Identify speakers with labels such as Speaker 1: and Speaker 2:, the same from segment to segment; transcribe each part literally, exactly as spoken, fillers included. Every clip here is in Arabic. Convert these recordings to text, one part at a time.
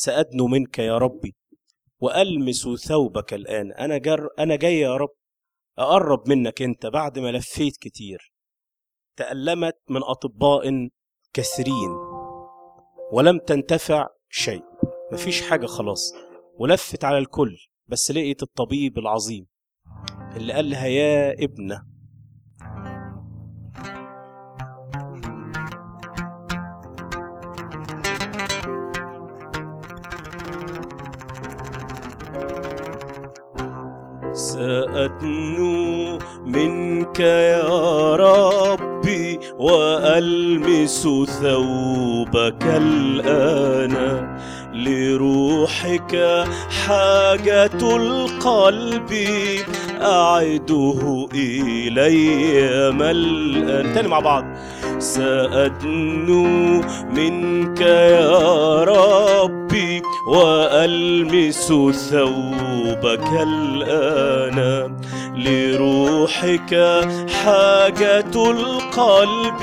Speaker 1: سأدنو منك يا ربي وألمس ثوبك الآن. أنا, جر أنا جاي يا رب أقرب منك أنت بعد ما لفيت كتير. تألمت من أطباء كثيرين ولم تنتفع شيء، مفيش حاجة خلاص، ولفت على الكل، بس لقيت الطبيب العظيم اللي قال لها يا ابنة سأدنو منك يا ربي وألمس ثوبك الآن، لروحك حاجة القلب أعده إلي ملءا. تاني مع بعض. سأدنو منك يا ربي وألمس ثوبك الآن، لروحك حاجة القلب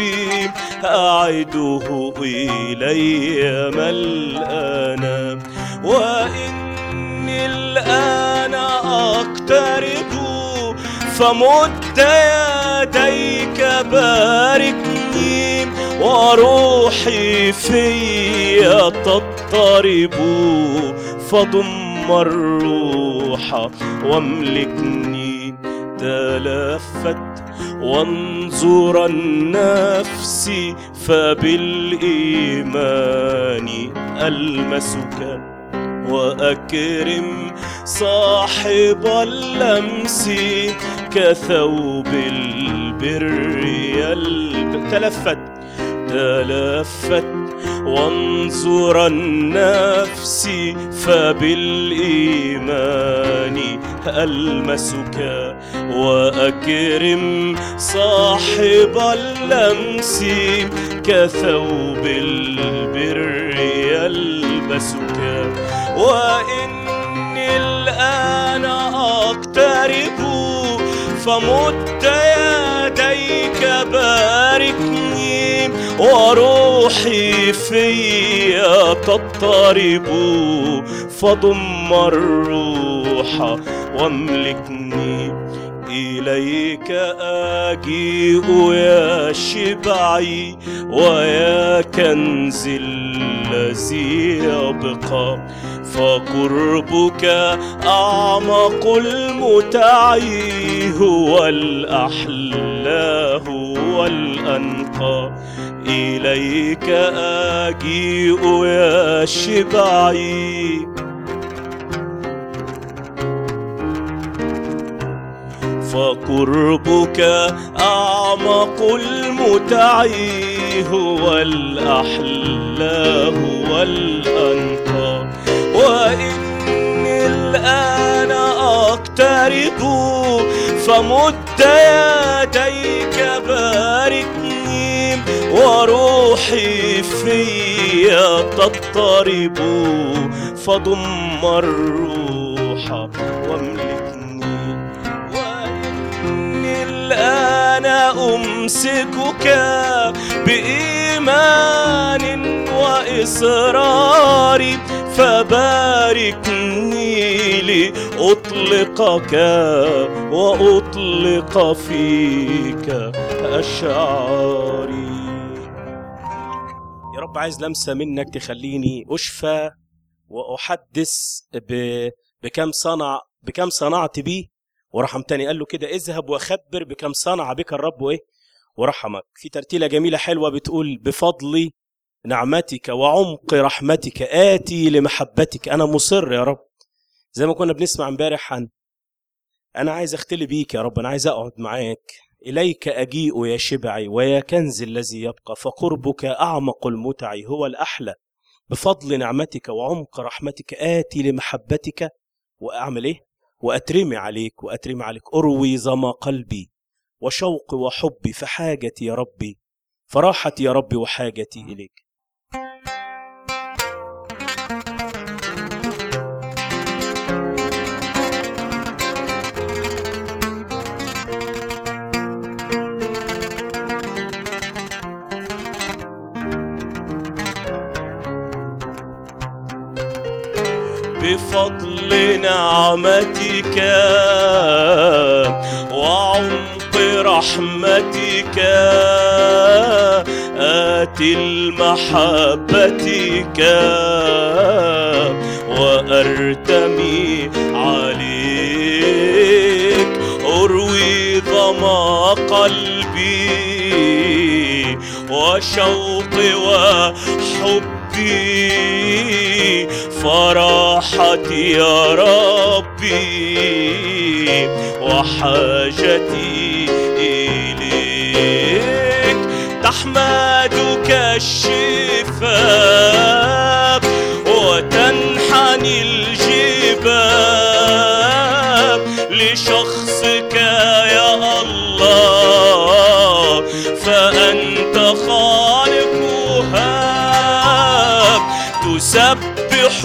Speaker 1: أعده إلي ملءا. وإني الآن أقترب فمد يديك باركني، وروحي في تضطرب فضم الروح واملكني. تلفت وانظر النفس فبالإيمان ألمسك، وأكرم صاحب اللمس كثوب البر يلبس. تلفت تلفت وانظر النفس فبالإيمان ألمسك، وأكرم صاحب اللمس كثوب البر يلبسك. وإني الآن أقترب فمد يديك باركني، وروحي في تضطرب فضم الروح واملكني. إليك أجيء يا شبعي ويا كنزي الذي يبقى، فقربك أعمق المتع هو الأحلى هو الأنقى. إليك أجيء يا شبعي فقربك أعمق المتع هو الأحلى هو الأنقى. وإني الآن أقترب فمد يديك باركني، وروحي في تضطرب فضم الروح واملكني. وإني الآن أمسكك بإيمان وإصرار، فباركني لأطلقك وأطلق فيك أشعاري. يا رب عايز لمسة منك تخليني أشفى وأحدث ب... بكم صنع بكم صنعت بيه ورحمتني. قال له كده اذهب وخبر بكم صنع بك الرب وإيه ورحمك. في ترتيلة جميلة حلوة بتقول بفضل نعمتك وعمق رحمتك آتي لمحبتك. أنا مصر يا رب، زي ما كنا بنسمع امبارح عن أنا عايز أختلي بيك يا رب، أنا عايز أقعد معاك. إليك أجيء يا شبعي ويا كنز الذي يبقى، فقربك أعمق المتع هو الأحلى. بفضل نعمتك وعمق رحمتك آتي لمحبتك وأعمل إيه؟ وأترمي عليك وأترمي عليك. أروي ظما قلبي وشوقي وحبي، فحاجتي يا ربي فراحتي يا ربي وحاجتي إليك. بفضل نعمتك وعمق رحمتك آتي لمحبتك وأرتمي عليك أروي ظما قلبي وشوقي وحبي فرحتي يا ربي وحاجتي إليك تحمدك الشفاء وتنحني الجبال لشخصك يا الله فأنت خالقها تسبح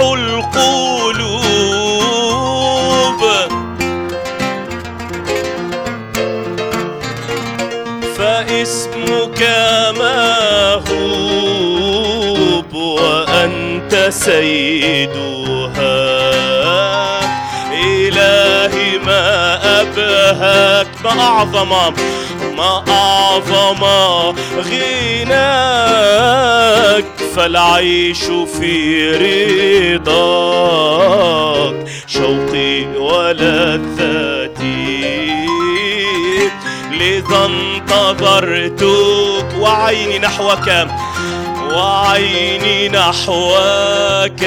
Speaker 1: القلوب فاسمك مهوب وأنت سيدها إلهي ما أبهاك ما أعظم ما أعظم غناك فالعيش في رضاك شوقي ولذتي لذا انتظرتك وعيني نحوك وعيني نحوك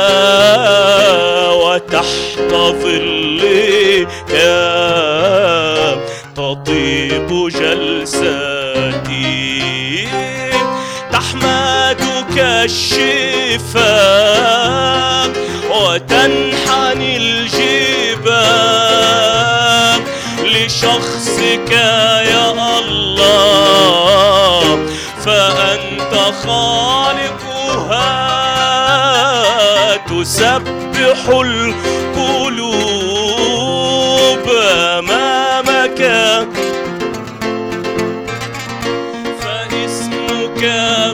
Speaker 1: وتحت ظلك تطيب جلستي تحمدك الشفاء وتنحني الجبال لشخصك يا الله فأنت خالقها تسبح القلوب أمامك فاسمك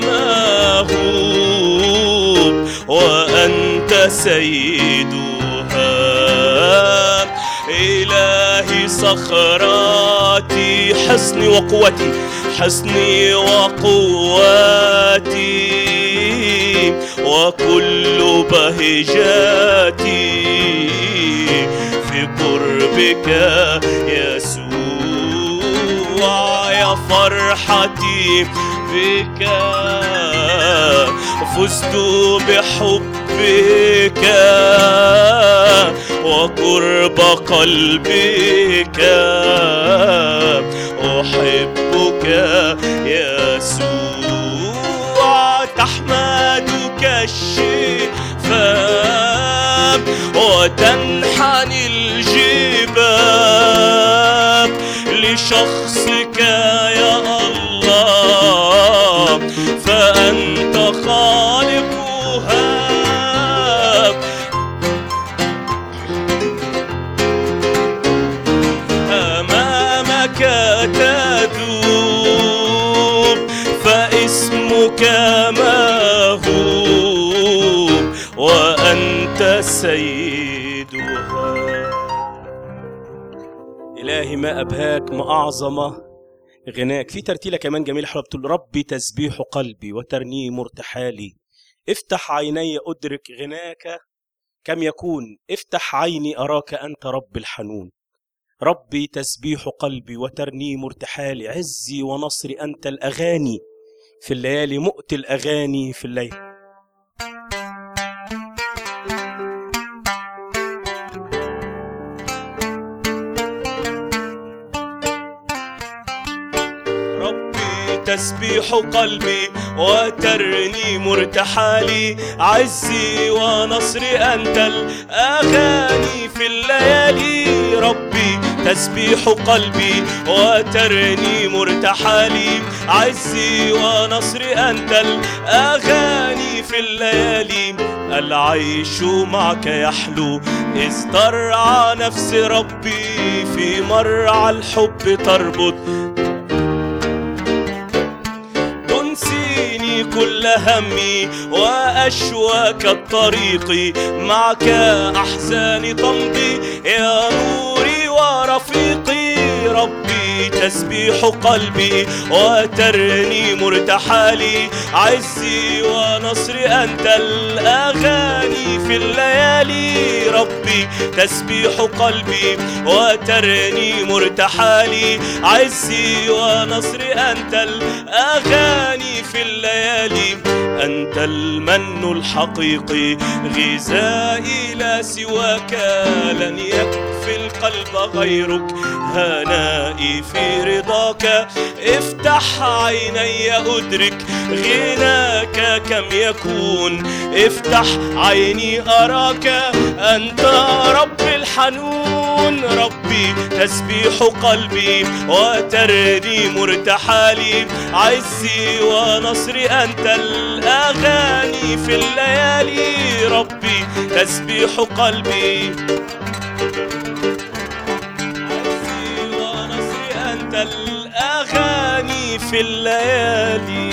Speaker 1: مهوب وأنت سيدها إلهي صخراتي حصني وقوتي حصني وقوتي وكل بهجاتي في قربك يسوع يا فرحتي بك فزت بحبك وقرب قلبك أحبك يسوع تحمدك الشفاء وتنحني الجبال لشخصك يا الله فأنت خالقها أمامك تذوب فاسمك مهوب وأنت سيدها إلهي ما أبهاك ما أعظم غناك. في ترتيلة كمان جميلة حلوة بتقول ربي تسبيح قلبي وترنيم ارتحالي افتح عيني أدرك غناك كم يكون افتح عيني أراك أنت رب الحنون ربي تسبيح قلبي وترنيم ارتحالي عزي ونصري أنت الأغاني في الليالي مؤتي الأغاني في الليل تسبيح قلبي وترنيم ارتحالي عزي ونصري أنت الأغاني في الليالي ربي تسبيح قلبي وترنيم ارتحالي عزي ونصري أنت الأغاني في الليالي العيش معك يحلو إذ ترعى نفس ربي في مرعى الحب تربط كل همي وأشواك الطريق، معك أحزاني تمضي يا نوري ورفيقي. ربي تسبيح قلبي وترنيم ارتحالي، عزي ونصري أنت الأغاني في الليالي. ربي تسبيح قلبي وترنيم ارتحالي، عزي ونصري أنت الأغاني في الليالي. أنت المن الحقيقي غذائي لا سواك، لن يكفي القلب غيرك هنائي في رضاك. افتح عيني أدرك غناك كم يكون، افتح عيني أراك أنت رب الحنون. ربي تسبيح قلبي وترنيم ارتحالي، عزي ونصري أنت الأغاني في الليالي. ربي تسبيح قلبي الأغاني في الليالي.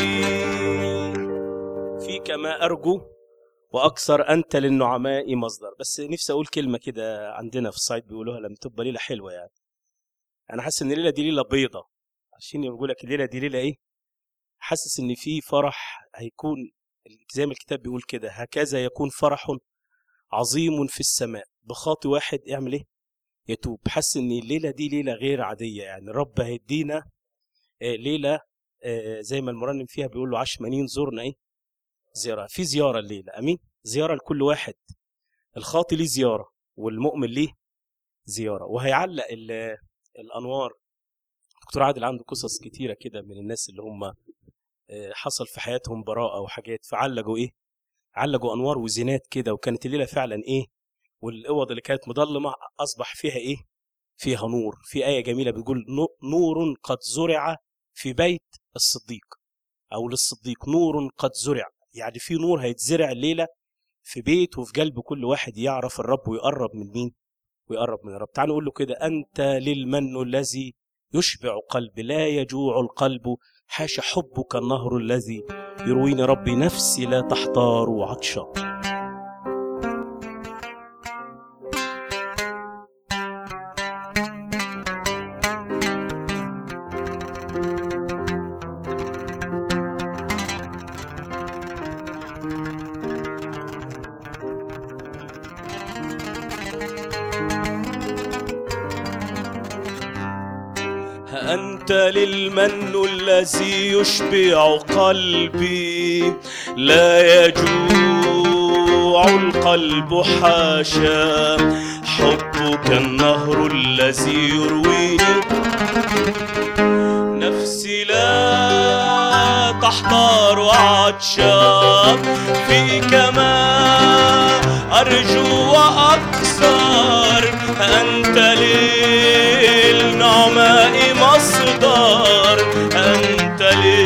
Speaker 1: فيك ما أرجو وأكثر أنت للنعماء مصدر. بس نفسي أقول كلمة كده عندنا في الصعيد بيقولوها لما تبقى ليلة حلوة، يعني أنا حاسس إن الليلة دي ليلة بيضة، عشان يقول لك الليلة دي ليلة إيه، حاسس إن في فرح هيكون زي ما الكتاب بيقول كده، هكذا يكون فرح عظيم في السماء بخاطي واحد يعمل إيه، يتوب. حاسس ان الليله دي ليله غير عاديه، يعني الرب هيدينا ليله زي ما المرنم فيها بيقول له عشمانين زورنا ايه زياره. في زياره الليله، امين، زياره لكل واحد. الخاطي ليه زياره والمؤمن ليه زياره. وهيعلق الانوار. دكتور عادل عنده قصص كتيره كده من الناس اللي هم حصل في حياتهم براءه وحاجات، فعلقوا ايه، علقوا انوار وزينات كده. وكانت الليله فعلا ايه، والاوض اللي كانت مظلمه اصبح فيها ايه، فيها نور. في ايه جميله بتقول نور قد زرع في بيت الصديق، او للصديق نور قد زرع، يعني في نور هيتزرع الليله في بيت وفي قلب كل واحد يعرف الرب ويقرب من مين، ويقرب من الرب. تعالوا نقول له كده، انت للمن الذي يشبع قلبي، لا يجوع القلب حاشا حبك النهر الذي يرويني. ربي نفسي لا تحتار عطشا. أنت للمن الذي يشبع قلبي، لا يجوع القلب حاشا حبك النهر الذي يرويني. نفسي لا تحتار عطشا، فيك ما أرجو وأكثر. أنت للنعماء مصدر، أنت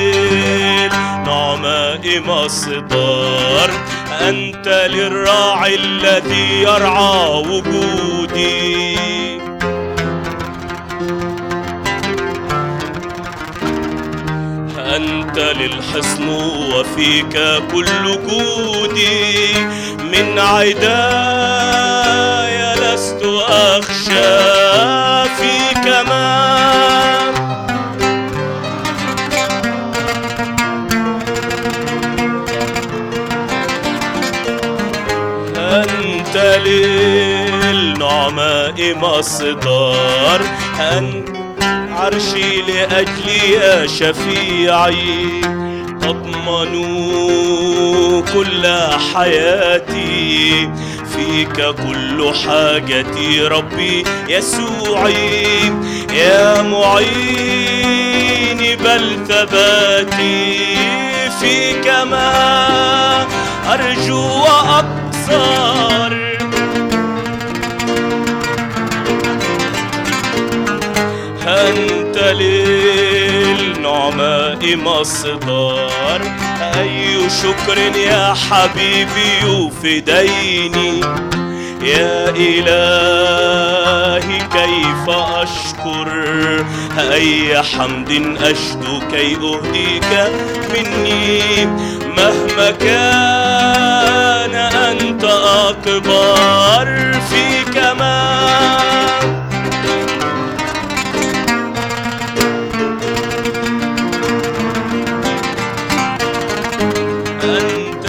Speaker 1: للنعماء مصدر، أنت للراعي الذي يرعى وجودي. أنت للحصن وفيك كل جودي، من عداي لست أخشى، فيك ما أنت للنعماء مصدر، أنت عرشي لأجلي يا شفيعي، تضمن كل حياتي، فيك كل حاجتي ربي يسوعي، يا معيني بل ثباتي، فيك ما أرجو وأكثر. أنت للنعماء مصدر، أي شكر يا حبيبي يفديني، يا إلهي كي مني فأشكر، أي حمد أشدو كي أهديك مني، مهما كان أنت أكبر في كمال. أنت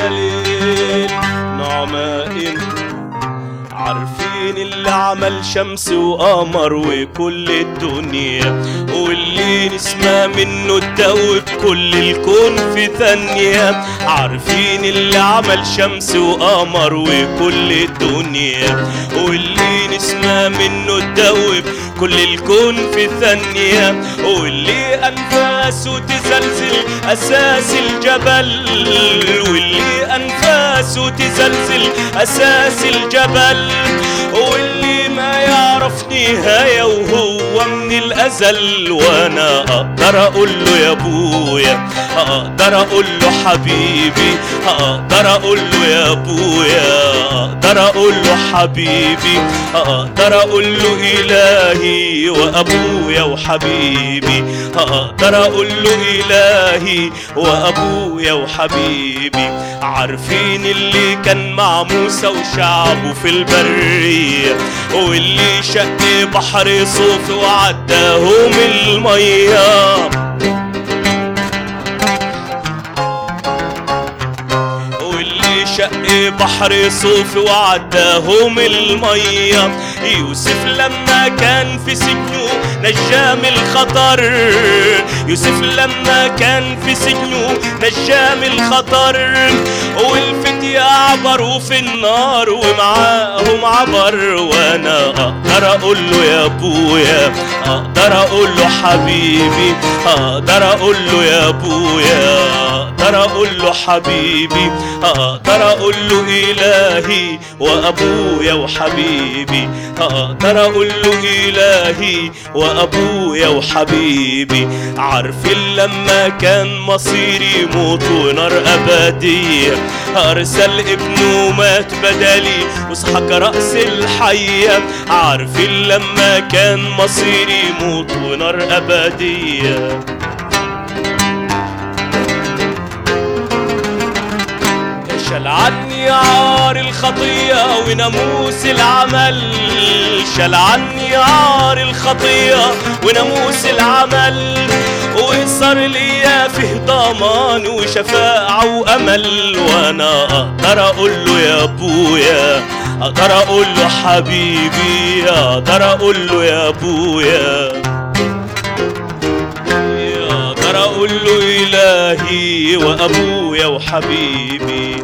Speaker 1: للنعماء عارفين اللي عمل شمس وقمر وكل الدنيا، واللي نسمع منه تدوب كل الكون في ثانية. عارفين اللي عمل شمس وقمر وكل الدنيا، واللي نسمع منه تدوب كل الكون في ثانية، واللي أنفاسه تزلزل أساس الجبل، واللي أنفاسه تزلزل أساس الجبل، واللي ما يعرف نهاية وهو من الأزل. وأنا أقدر أقول له يا أبويا، أقدر أقول له حبيبي، أقدر أقول له يا أبويا، أقدر أقول له حبيبي، أقدر أقول له إلهي وأبويا وحبيبي، أقدر أقول له إلهي وأبويا وحبيبي. عارفين اللي كان مع موسى وشعبه في البرية، واللي شق بحر صوف وعداهم المية، واللي شق بحر صوف وعداهم المية. يوسف لما كان في سجنه نجاه من الخطر، يوسف لما كان في سجنه نجاه من الخطر، والفتية عبروا في النار ومعاهم عبر. وانا اقدر اقول له يا ابويا، اقدر اقول له حبيبي، اقدر اقول له يا ابويا، اقدر اقول له حبيبي، اقدر اقول له الهي وابويا وحبيبي، اقدر اقول له الهي وابويا وحبيبي. عارفين لما كان مصيري موت ونار ابديه، ارسل ابنه مات بدلي وسحق راس الحيه. عارفين لما كان مصيري موت ونار ابديه، شال عني عار الخطية وناموس العمل، شال عني عار الخطية وناموس العمل، وصار ليا فيه ضمان وشفاعة وأمل. وأنا أقدر أقول له يا أبويا، أقدر أقول له حبيبي، أقدر أقول له يا أبويا، أقدر أقول له إلهي وأبويا وحبيبي.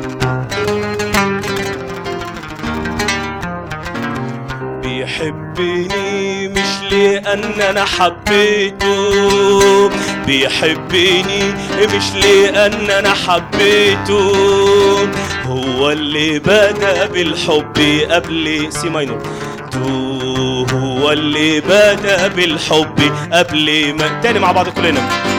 Speaker 1: بيحبني مش لأن أنا حبيته، بيحبني مش لأن أنا حبيته، هو اللي بدأ بالحب قبل سيماينو، هو اللي بدأ بالحب قبل ما تاني مع بعض كلنا.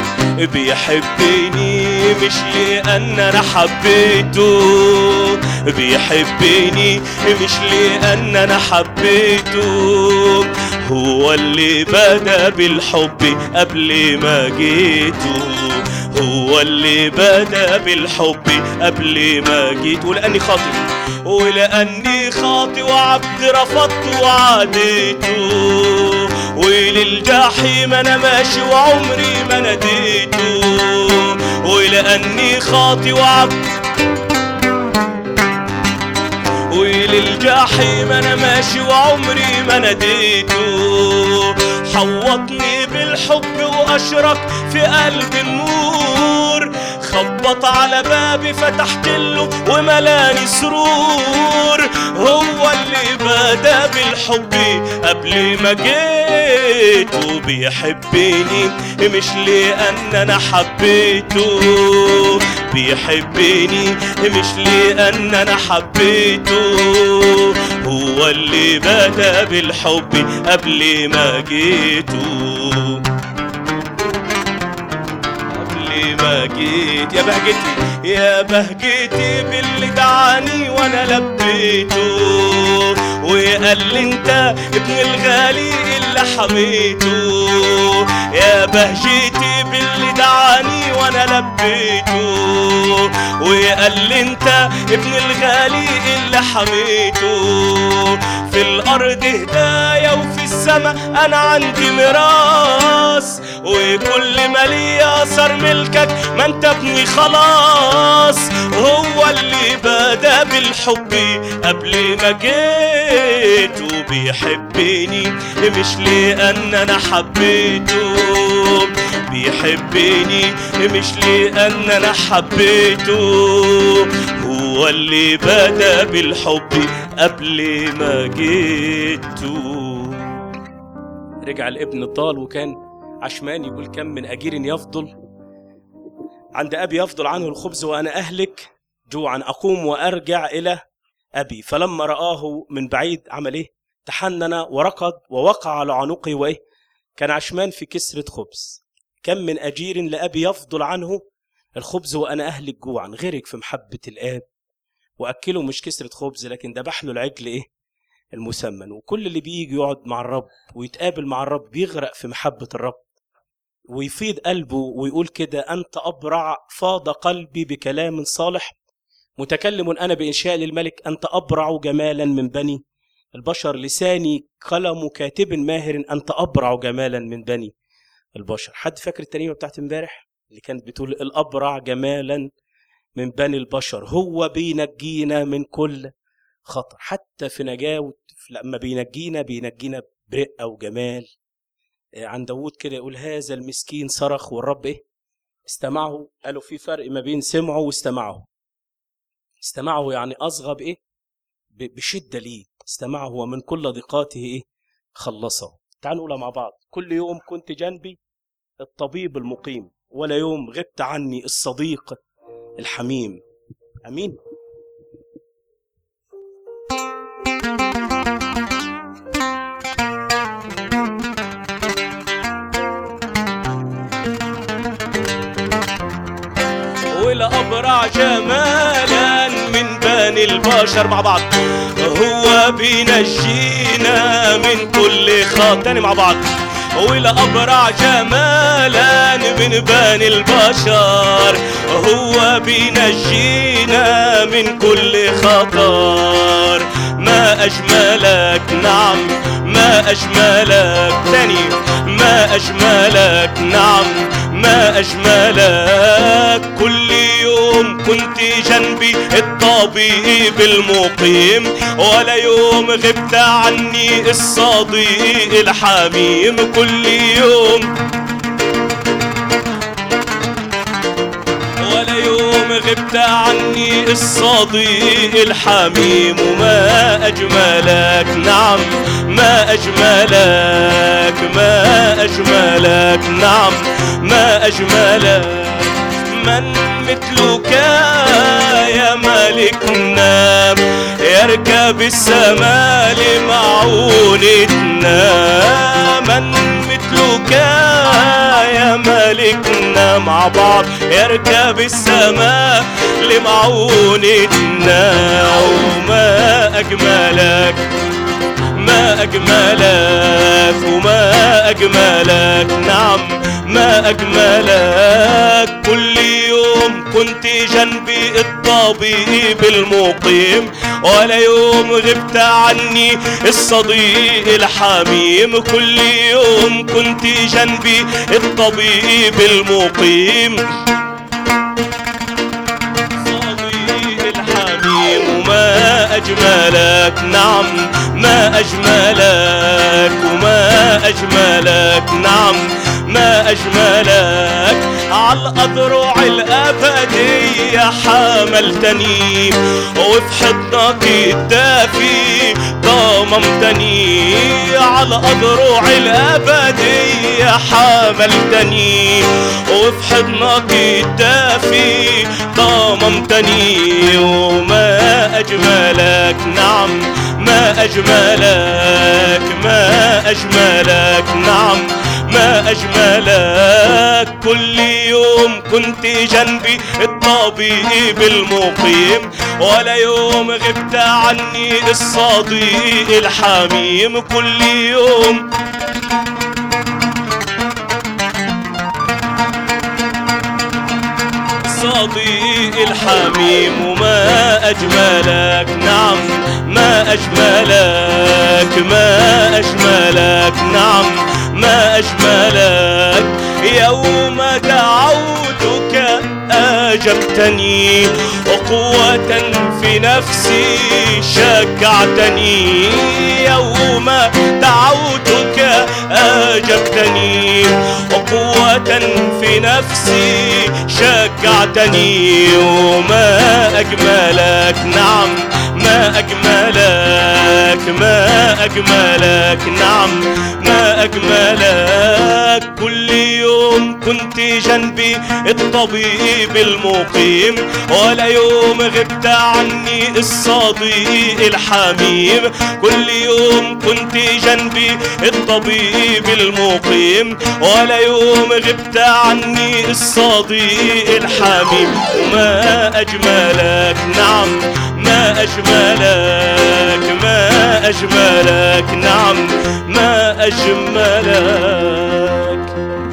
Speaker 1: بيحبني مش لأن أنا حبيته، بيحبني مش لأن أنا حبيته، هو اللي بدأ بالحب قبل ما جيته، هو اللي بدأ بالحب قبل ما جيت. ولأني خاطئ، ولأني خاطئ وعبد رفضت وعاديته، وللجحيم أنا ماشي وعمري ما ناديته، ولأني خاطئ وعبد وللجحيم أنا ماشي وعمري ما ناديته. حوطني بالحب وأشرك في قلب النور، خبط على بابي فتحت له وملاني سرور، هو اللي بدأ بالحب قبل ما جيته. بيحبني مش لأن أنا حبيته، بيحبني مش لأن أنا حبيته، هو اللي بدأ بالحب قبل ما جيته، قبل ما جيت. يا بهجتي يا بهجتي باللي دعاني وانا لبيته، وقال وقال لي انت ابن الغالي اللي حميته، يا بهجتي باللي دعاني وانا لبيته. وقال لي انت ابن الغالي اللي حميته، في الارض هدايا وفي السما انا عندي ميراث، وكل ما لي اثر ملكك ما انت ابني خلاص. هو اللي بدا بالحب قبل ما جيت، وبيحبني مش لان انا حبيته، بيحبني مش لان انا حبيته. هو اللي بدا بالحب قبل ما جيته. رجع الابن الضال وكان عشمان يقول كم من أجير يفضل عند أبي يفضل عنه الخبز وأنا أهلك جوعا، أقوم وأرجع إلى أبي. فلما رآه من بعيد عمل إيه؟ تحنن وركض ووقع على عنقه، وإيه؟ كان عشمان في كسرة خبز. كم من أجير لأبي يفضل عنه الخبز وأنا أهلك جوعا. غرق في محبة الآب وأكله مش كسرة خبز، لكن ذبح له العجل إيه؟ المسمن. وكل اللي بيجي يقعد مع الرب ويتقابل مع الرب بيغرق في محبة الرب ويفيض قلبه ويقول كده: أنت أبرع فاض قلبي بكلام صالح، متكلم أنا بإنشاء للملك، أنت أبرع جمالا من بني البشر، لساني قلم كاتب ماهر، أنت أبرع جمالا من بني البشر. حد فاكر الترنيمة بتاعت امبارح اللي كانت بتقول الأبرع جمالا من بني البشر؟ هو بينجينا من كل خطر، حتى في نجاة لما بينجينا بينجينا برقة وجمال. عن داود كده يقول: هذا المسكين صرخ والرب ايه؟ استمعه. قالوا في فرق ما بين سمعوا واستمعوا. استمعه يعني أصغى بايه؟ بشدة ليه. استمعه ومن كل ضيقاته ايه؟ خلصه. تعالوا نقولها مع بعض: كل يوم كنت جنبي الطبيب المقيم، ولا يوم غبت عني الصديق الحميم. امين. ولا أبرع جمالا من بني البشر مع بعض، هو بينجينا من كل خطر. تاني مع بعض: ولا أبرع جمالا من بني البشر، هو بينجينا من كل خطر. ما أجملك، نعم ما أجملك. تاني: ما أجملك، نعم ما أجملك. كل يوم كنت جنبي الطبيب المقيم، ولا يوم غبت عني الصديق الحميم. كل يوم ولا يوم غبت عني الصديق الحميم. وما أجملك، نعم ما أجملك، ما أجملك، نعم ما أجملك. من مثلك يا ملكنا يركب السماء لمعونتنا. من مثلك يا ملكنا مع بعض يركب السماء لمعونتنا. وما أجملك، ما أجملك، وما أجملك، نعم ما أجملك. كل يوم كنت جنبي الطبيب المقيم، ولا يوم غبت عني الصديق الحميم. كل يوم كنت جنبي الطبيب المقيم، وما أجملك، نعم ما أجملك، وما أجملك، نعم ما أجملك. على الأضرع الأبدية حملتني، وفي حضنك الدافي ضممتني. على الأضرع الأبدية حملتني، وفي حضنك الدافي ضممتني. وما أجملك، نعم ما أجملك، ما أجملك، نعم ما أجملك. كل يوم كنت جنبي الطبيب المقيم، ولا يوم غبت عني الصديق الحميم. كل يوم الصديق الحميم. وما أجملك، نعم ما أجملك، ما أجملك، نعم ما أجملك. يوم دعوتك أجبتني، وقوة في نفسي شجعتني. يوم دعوتك أجبتني، وقوة في نفسي شجعتني. وما أجملك، نعم ما أجملك، ما أجملك، نعم ما أجملك. كل يوم كنت جنبي الطبيب المقيم، ولا يوم غبت عني الصديق الحميم. كل يوم كنت جنبي الطبيب المقيم، ولا يوم غبت عني الصديق الحميم. وما أجملك، نعم ما أجملك، ما أجملك، نعم ما أجملك.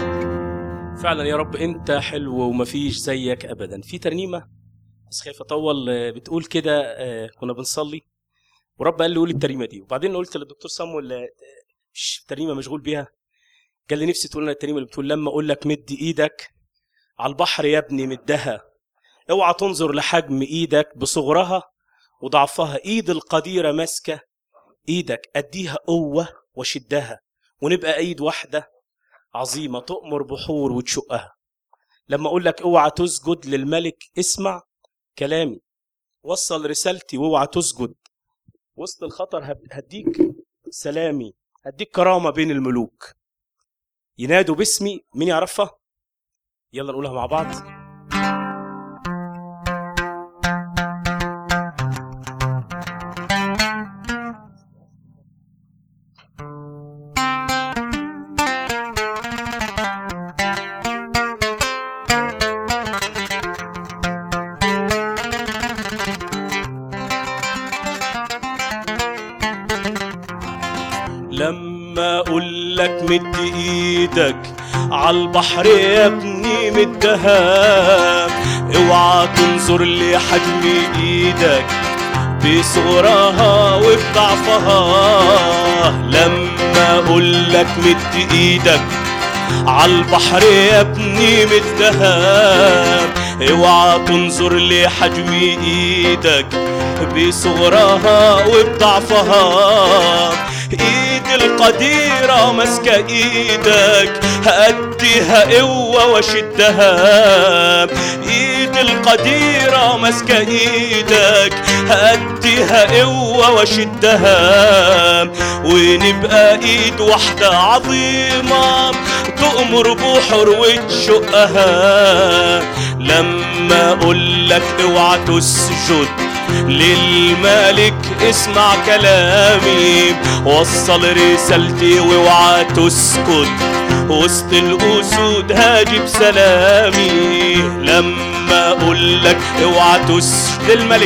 Speaker 1: فعلا يا رب أنت حلو ومفيش زيك أبدا. في ترنيمة بس خايف أطول بتقول كده، كنا بنصلي ورب قال لي قول الترنيمة دي، وبعدين قلت للدكتور صامويل مش ترنيمة مشغول بيها، قال لي نفسي تقول لنا الترنيمة اللي بتقول لما أقول لك مد إيدك على البحر يا ابني مدها، اوعى تنظر لحجم إيدك بصغرها وضعفها، إيد القديرة ماسكة إيدك أديها قوة وشدها، ونبقى إيد واحدة عظيمة تؤمر بحور وتشقها. لما أقول لك اوعى تسجد للملك اسمع كلامي، وصل رسالتي واوعى تسجد، وسط الخطر هديك سلامي، هديك كرامة بين الملوك. ينادوا باسمي، مين يعرفها؟ يلا نقولها مع بعض. لما اقول لك مد ايدك عالبحر يا ابني مدها، اوعى تنظر لحجم ايدك بصغرها وبضعفها. لما اقول لك مد ايدك عالبحر يا ابني مدها، اوعى تنظر لحجم ايدك بصغرها وبضعفها. ايد القديرة ماسكة ايدك هأديها قوة وشدها، ايد القديرة ماسكة ايدك هأديها قوة وشدها. ونبقى ايد واحدة عظيمة تؤمر بحر وتشقها. لما اقول لك اوعى تسجد للملك اسمع كلامي، وصل رسالتي واوعى تسكت، وسط الاسود هاجي بسلامي. لما اقول لك اوعى تسجد للملك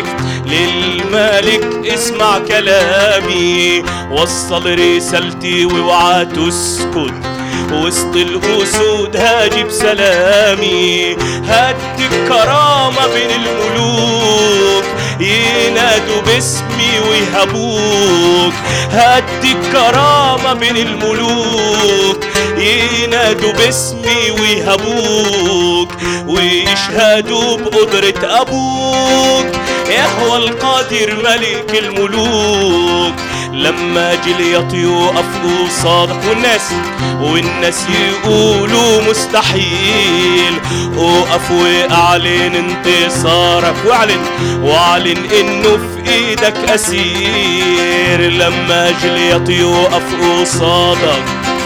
Speaker 1: للملك اسمع كلامي، وصل رسالتي واوعى تسكت، وسط الاسود هاجي بسلامي. هديك كرامة بين الملوك ينادوا باسمي ويهبوك، هديك كرامة بين الملوك ينادوا باسمي ويهبوك، ويشهدوا بقدرة أبوك يهوى القادر ملك الملوك. لما جليط يقف قصادك والناس والناس يقولوا مستحيل، اقف واعلن انتصارك، واعلن واعلن انه في ايدك اسير. لما جليط يقف قصادك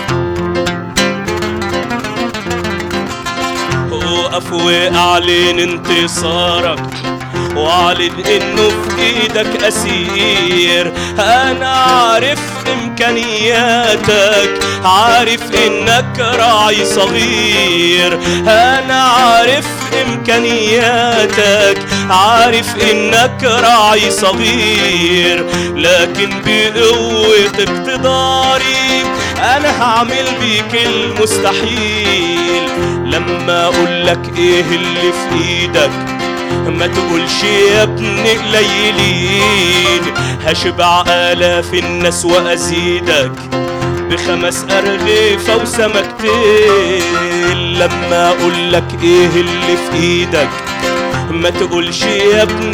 Speaker 1: اقف واعلن انتصارك، واعلن انه في ايدك اسير. انا عارف إمكانياتك، عارف إنك راعي صغير. أنا عارف إمكانياتك، عارف إنك راعي صغير، لكن بقوة اقتداري أنا هعمل بيك المستحيل. لما أقولك إيه اللي في إيدك ما تقولش يا ابن قليلين، هشبع آلاف الناس وأزيدك بخمس أرغيفة وسمكتين. لما أقولك إيه اللي في إيدك ما تقولش يا ابن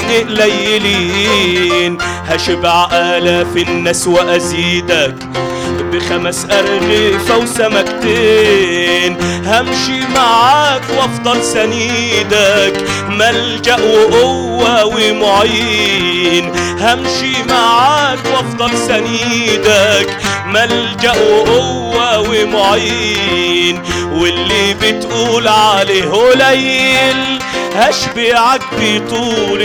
Speaker 1: قليلين، هشبع آلاف الناس وأزيدك بخمس أرغيفة وسمكتين. همشي معاك وافضل سنيدك، ملجأ وقوة ومعين. همشي معاك وافضل سنيدك، ملجأ وقوة ومعين. واللي بتقول عليه قليل هشبعك بطول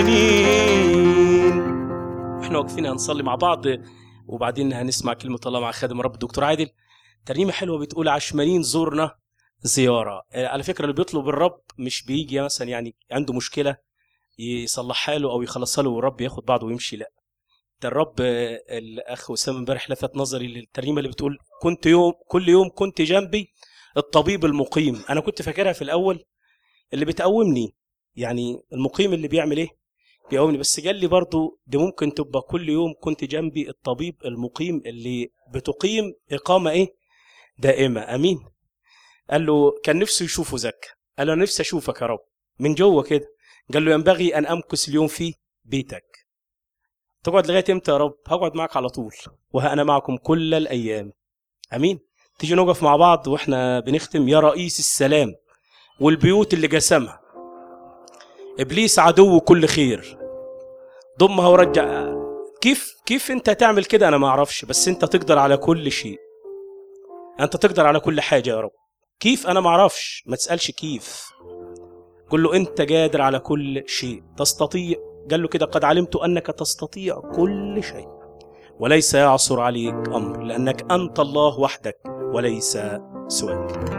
Speaker 1: السنين. احنا واقفين هنصلي مع بعض وبعدين هنسمع كلمة الله مع خادم رب الدكتور عادل. ترنيمة حلوة بتقول عشمانين زورنا زيارة. على فكرة اللي بيطلب الرب مش بيجي مثلا يعني عنده مشكلة يصلحها له أو يخلصها له والرب ياخد بعضه ويمشي، لا ده الرب. الأخ وسام امبارح لفت نظري للترنيمة اللي بتقول كنت يوم كل يوم كنت جنبي الطبيب المقيم. أنا كنت فاكرها في الأول اللي بتقومني، يعني المقيم اللي بيعمل إيه بيقومني، بس قال لي برضو دي ممكن تبقى كل يوم كنت جنبي الطبيب المقيم اللي بتقيم إقامة إيه دائمة. أمين. قال له كان نفسه يشوفه زكا، قال له نفسي أشوفك يا رب من جوه كده. قال له ينبغي أن أمكث اليوم في بيتك. تقعد لغاية إمتى يا رب؟ هقعد معك على طول، وها أنا معكم كل الأيام. أمين. تيجي نقف مع بعض وإحنا بنختم. يا رئيس السلام والبيوت اللي جسمها إبليس عدو كل خير، ضمها ورجع. كيف كيف أنت تعمل كده أنا ما أعرفش، بس أنت تقدر على كل شيء، أنت تقدر على كل حاجة يا رب. كيف أنا ما أعرفش، ما تسألش كيف، قل له أنت قادر على كل شيء، تستطيع. قال له كده قد علمت أنك تستطيع كل شيء وليس يعصر عليك أمر، لأنك أنت الله وحدك وليس سواك.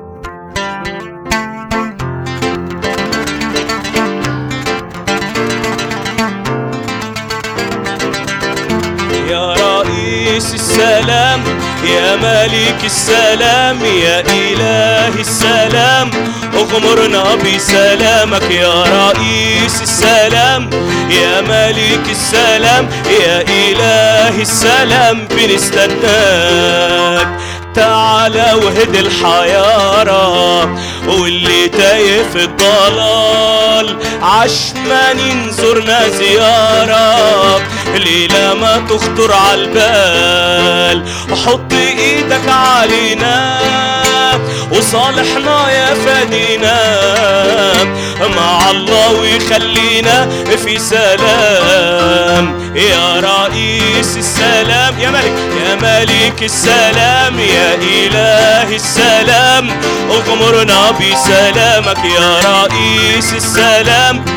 Speaker 1: يا رئيس السلام يا ملك السلام يا إله السلام اغمرنا بسلامك. يا رئيس السلام يا ملك السلام يا إله السلام بنستناك. تعالى وهد الحيارة واللي تايه في الضلال، عشمان ينزرنا زيارة ليلة ما تخطر عالبال. حط ايدك علينا وصالحنا يا فدينا مع الله ويخلينا في سلام. يا رئيس السلام يا ملك يا ملك السلام يا إله السلام اغمرنا بسلامك. يا رئيس السلام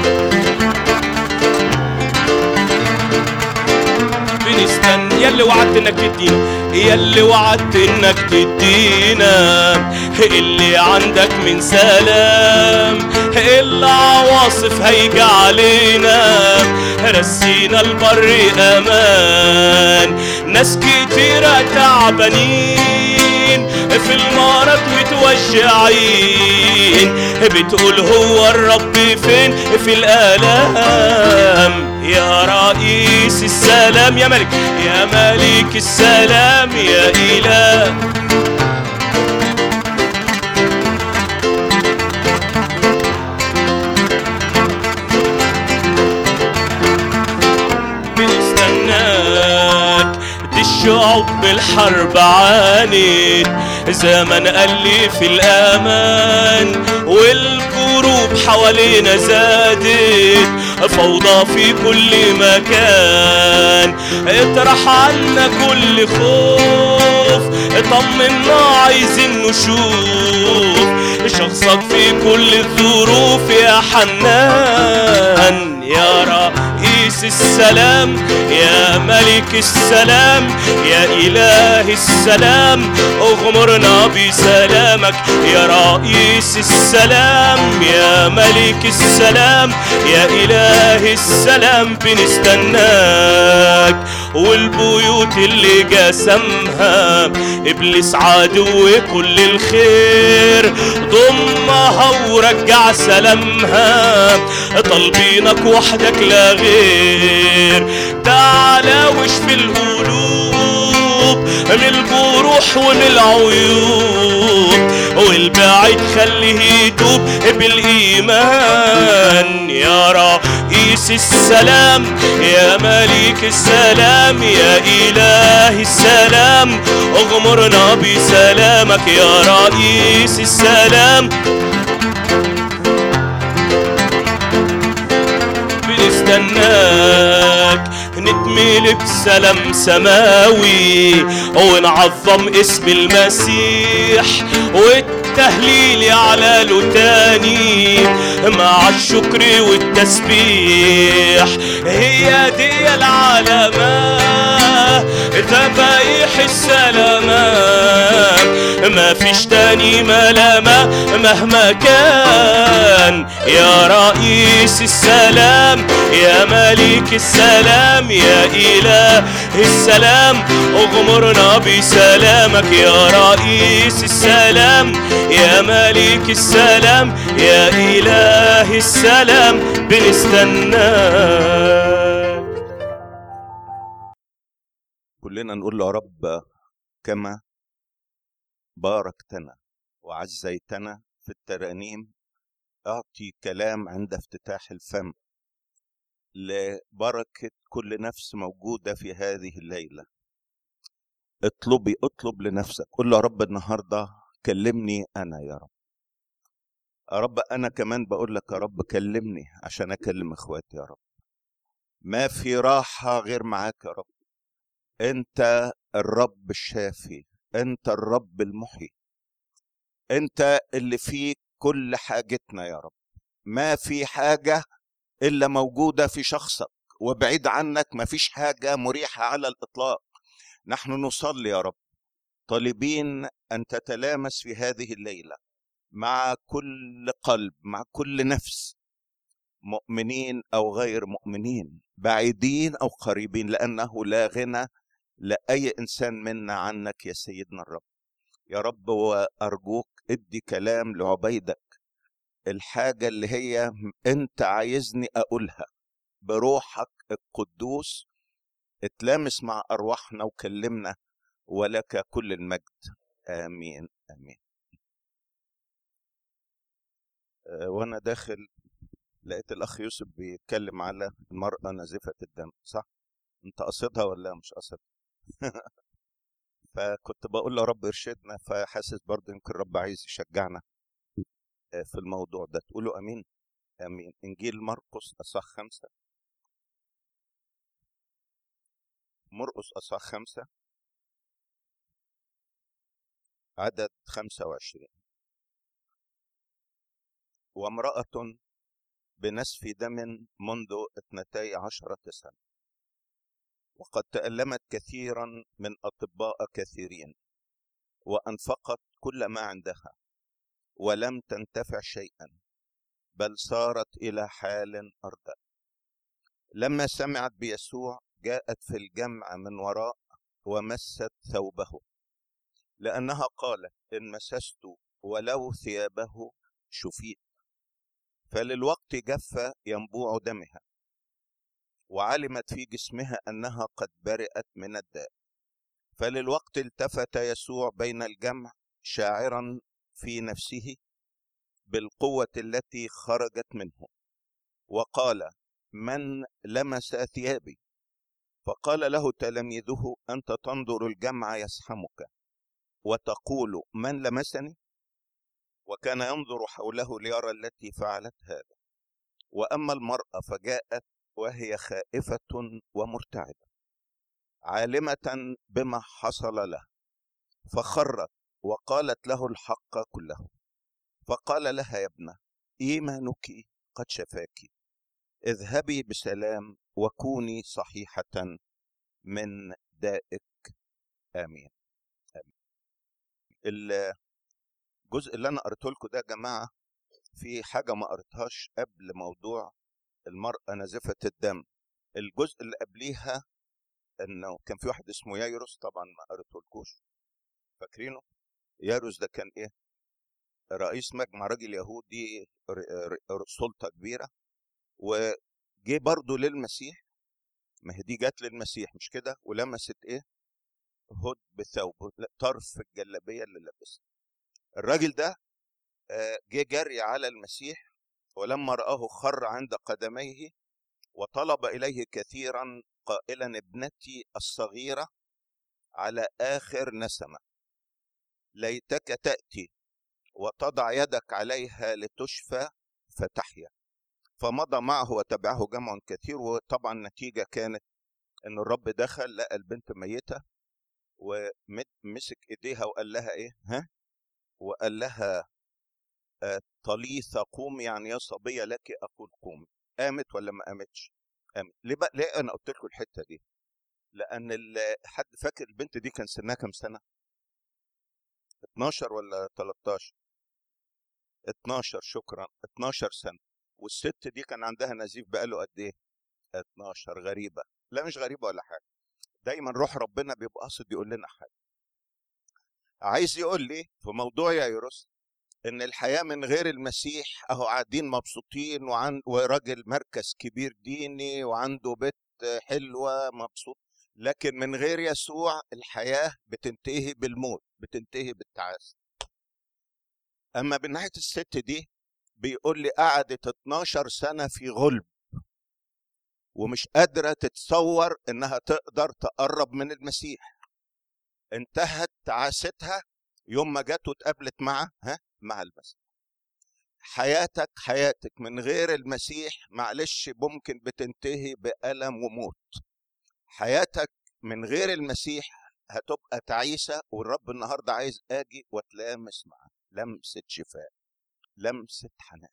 Speaker 1: بنستنى يلي وعدت انك تدينا، يلي وعدت انك تدينا اللي عندك من سلام، العواصف هيجي علينا، رسينا البر امان. ناس كتيرة تعبانين في المرض متوجعين، بتقول هو الرب فين في الآلام. يا رئيس السلام يا ملك يا ملك السلام يا إله بنستناك. دي الشعوب بالحرب عانت، زمن قال لي في الأمان، والكروب حوالينا زادت، فوضى في كل مكان. اطرح عنا كل خوف، اطمنا عايزين نشوف شخصك في كل الظروف يا حنان. يا رئيس رئيس السلام يا ملك السلام يا إله السلام اغمرنا بسلامك يا رئيس السلام يا ملك السلام يا إله السلام بنستناك والبيوت اللي جسمها إبليس عدو كل الخير ضمها ورجع سلامها طالبينك وحدك لا غير تعالى واشفي القلوب من الجروح ومن العيوب والبعيد خليه يتوب بالإيمان يا رئيس السلام يا ملك السلام يا إله السلام اغمرنا بسلامك يا رئيس السلام بنستناك نتملي بسلام سماوي ونعظم اسم المسيح والتهليل يعلى له تاني مع الشكر والتسبيح هي دي العلامة ذبايح السلامات ما فيش تاني ملامة مهما كان يا رئيس السلام يا ملك السلام يا إله السلام اغمرنا بسلامك يا رئيس السلام يا ملك السلام يا إله السلام بنستناك.
Speaker 2: كلنا نقول له يا رب كما باركتنا وعزيتنا في الترانيم أعطي كلام عند افتتاح الفم لبركة كل نفس موجودة في هذه الليلة. اطلبي اطلب لنفسك، قل له يا رب النهاردة كلمني أنا يا رب. يا رب أنا كمان بقول لك يا رب كلمني عشان أكلم إخواتي يا رب. ما في راحة غير معاك يا رب. أنت الرب الشافي، أنت الرب المحيي، أنت اللي فيك كل حاجتنا يا رب. ما في حاجة إلا موجودة في شخصك، وبعيد عنك ما فيش حاجة مريحة على الإطلاق. نحن نصلي يا رب طالبين أن تتلامس في هذه الليلة مع كل قلب، مع كل نفس، مؤمنين أو غير مؤمنين، بعيدين أو قريبين، لأنه لا غنى لأي إنسان منا عنك يا سيدنا الرب. يا رب وأرجوك ادي كلام لعبيدك، الحاجة اللي هي أنت عايزني أقولها بروحك القدوس. اتلامس مع أرواحنا وكلمنا، ولك كل المجد. آمين آمين. أه وانا داخل لقيت الأخ يوسف بيتكلم على المرأة نازفة الدم، صح؟ انت قصدها ولا مش قصدها؟ فكنت بقول له رب ارشدنا، فحاسس برضه يمكن رب عايز يشجعنا في الموضوع ده. تقولوا امين امين. انجيل مرقس اصحاح خمسة، مرقس اصحاح خمسة عدد خمسة وعشرين. وامرأة بنسف دم منذ اثنتي عشرة سنة، وقد تألمت كثيرا من أطباء كثيرين، وأنفقت كل ما عندها ولم تنتفع شيئا، بل صارت إلى حال أردأ. لما سمعت بيسوع جاءت في الجمع من وراء ومست ثوبه، لأنها قالت إن مسست ولو ثيابه شفيت. فللوقت جف ينبوع دمها، وعلمت في جسمها أنها قد برئت من الداء. فللوقت التفت يسوع بين الجمع شاعرا في نفسه بالقوة التي خرجت منه، وقال: من لمس ثيابي؟ فقال له تلاميذه: أنت تنظر الجمع يزحمك وتقول من لمسني؟ وكان ينظر حوله ليرى التي فعلت هذا. وأما المرأة فجاءت وهي خائفة ومرتعبة، عالمة بما حصل له، فخرت وقالت له الحق كله. فقال لها: يا ابنة، إيمانك قد شفاك، اذهبي بسلام وكوني صحيحة من دائك. آمين. آمين. الجزء اللي أنا قريته لكم ده يا جماعة في حاجة ما قريتهاش قبل موضوع المرأة نازفة الدم. الجزء اللي قبليها انه كان في واحد اسمه يايروس، طبعا ما قريته لكوش، فاكرينه؟ يايروس ده كان ايه؟ رئيس مجمع، راجل يهودي، سلطة كبيرة، وجي برضه للمسيح. ما هي دي جت للمسيح مش كده؟ ولمست ايه؟ هد بثوبه، طرف الجلابية اللي لابسها. الراجل ده جه جري على المسيح، ولما رآه خر عند قدميه وطلب إليه كثيرا قائلا: ابنتي الصغيرة على آخر نسمة، ليتك تأتي وتضع يدك عليها لتشفى فتحيا. فمضى معه وتبعه جمع كثير، وطبعا النتيجة كانت ان الرب دخل لقى البنت ميتة، ومسك ايديها وقال لها ايه؟ ها؟ وقال لها آه طليثة قوم، يعني يا صبية لك اقول قومي. قامت ولا ما قامتش؟ قامت. ليه بقى؟ ليه انا قلت لكم الحتة دي؟ لان حد فاكر البنت دي كان سنها كام سنة؟ اتناشر ولا تلتاشر؟ اتناشر. شكرا، اتناشر سنة. والست دي كان عندها نزيف بقاله قد ايه؟ اتناشر. غريبة؟ لا مش غريبة ولا حاجة. دايما روح ربنا بيبقى قاصد يقول لنا حاجة. عايز يقول لي في موضوع يايروس ان الحياة من غير المسيح اهو قاعدين مبسوطين، وعن وراجل مركز كبير ديني وعنده بيت حلوة مبسوط، لكن من غير يسوع الحياة بتنتهي بالموت، بتنتهي بالتعاسة. اما من ناحية الست دي بيقول لي قعدت اتناشر سنة في غلب، ومش قادرة تتصور انها تقدر تقرب من المسيح. انتهت تعاستها يوم ما جت واتقابلت مع ها مع المسيح. حياتك حياتك من غير المسيح معلش ممكن بتنتهي بألم وموت. حياتك من غير المسيح هتبقى تعيسة، والرب النهاردة عايز اجي واتلامس معاه لمسة شفاء، لمسة حنان.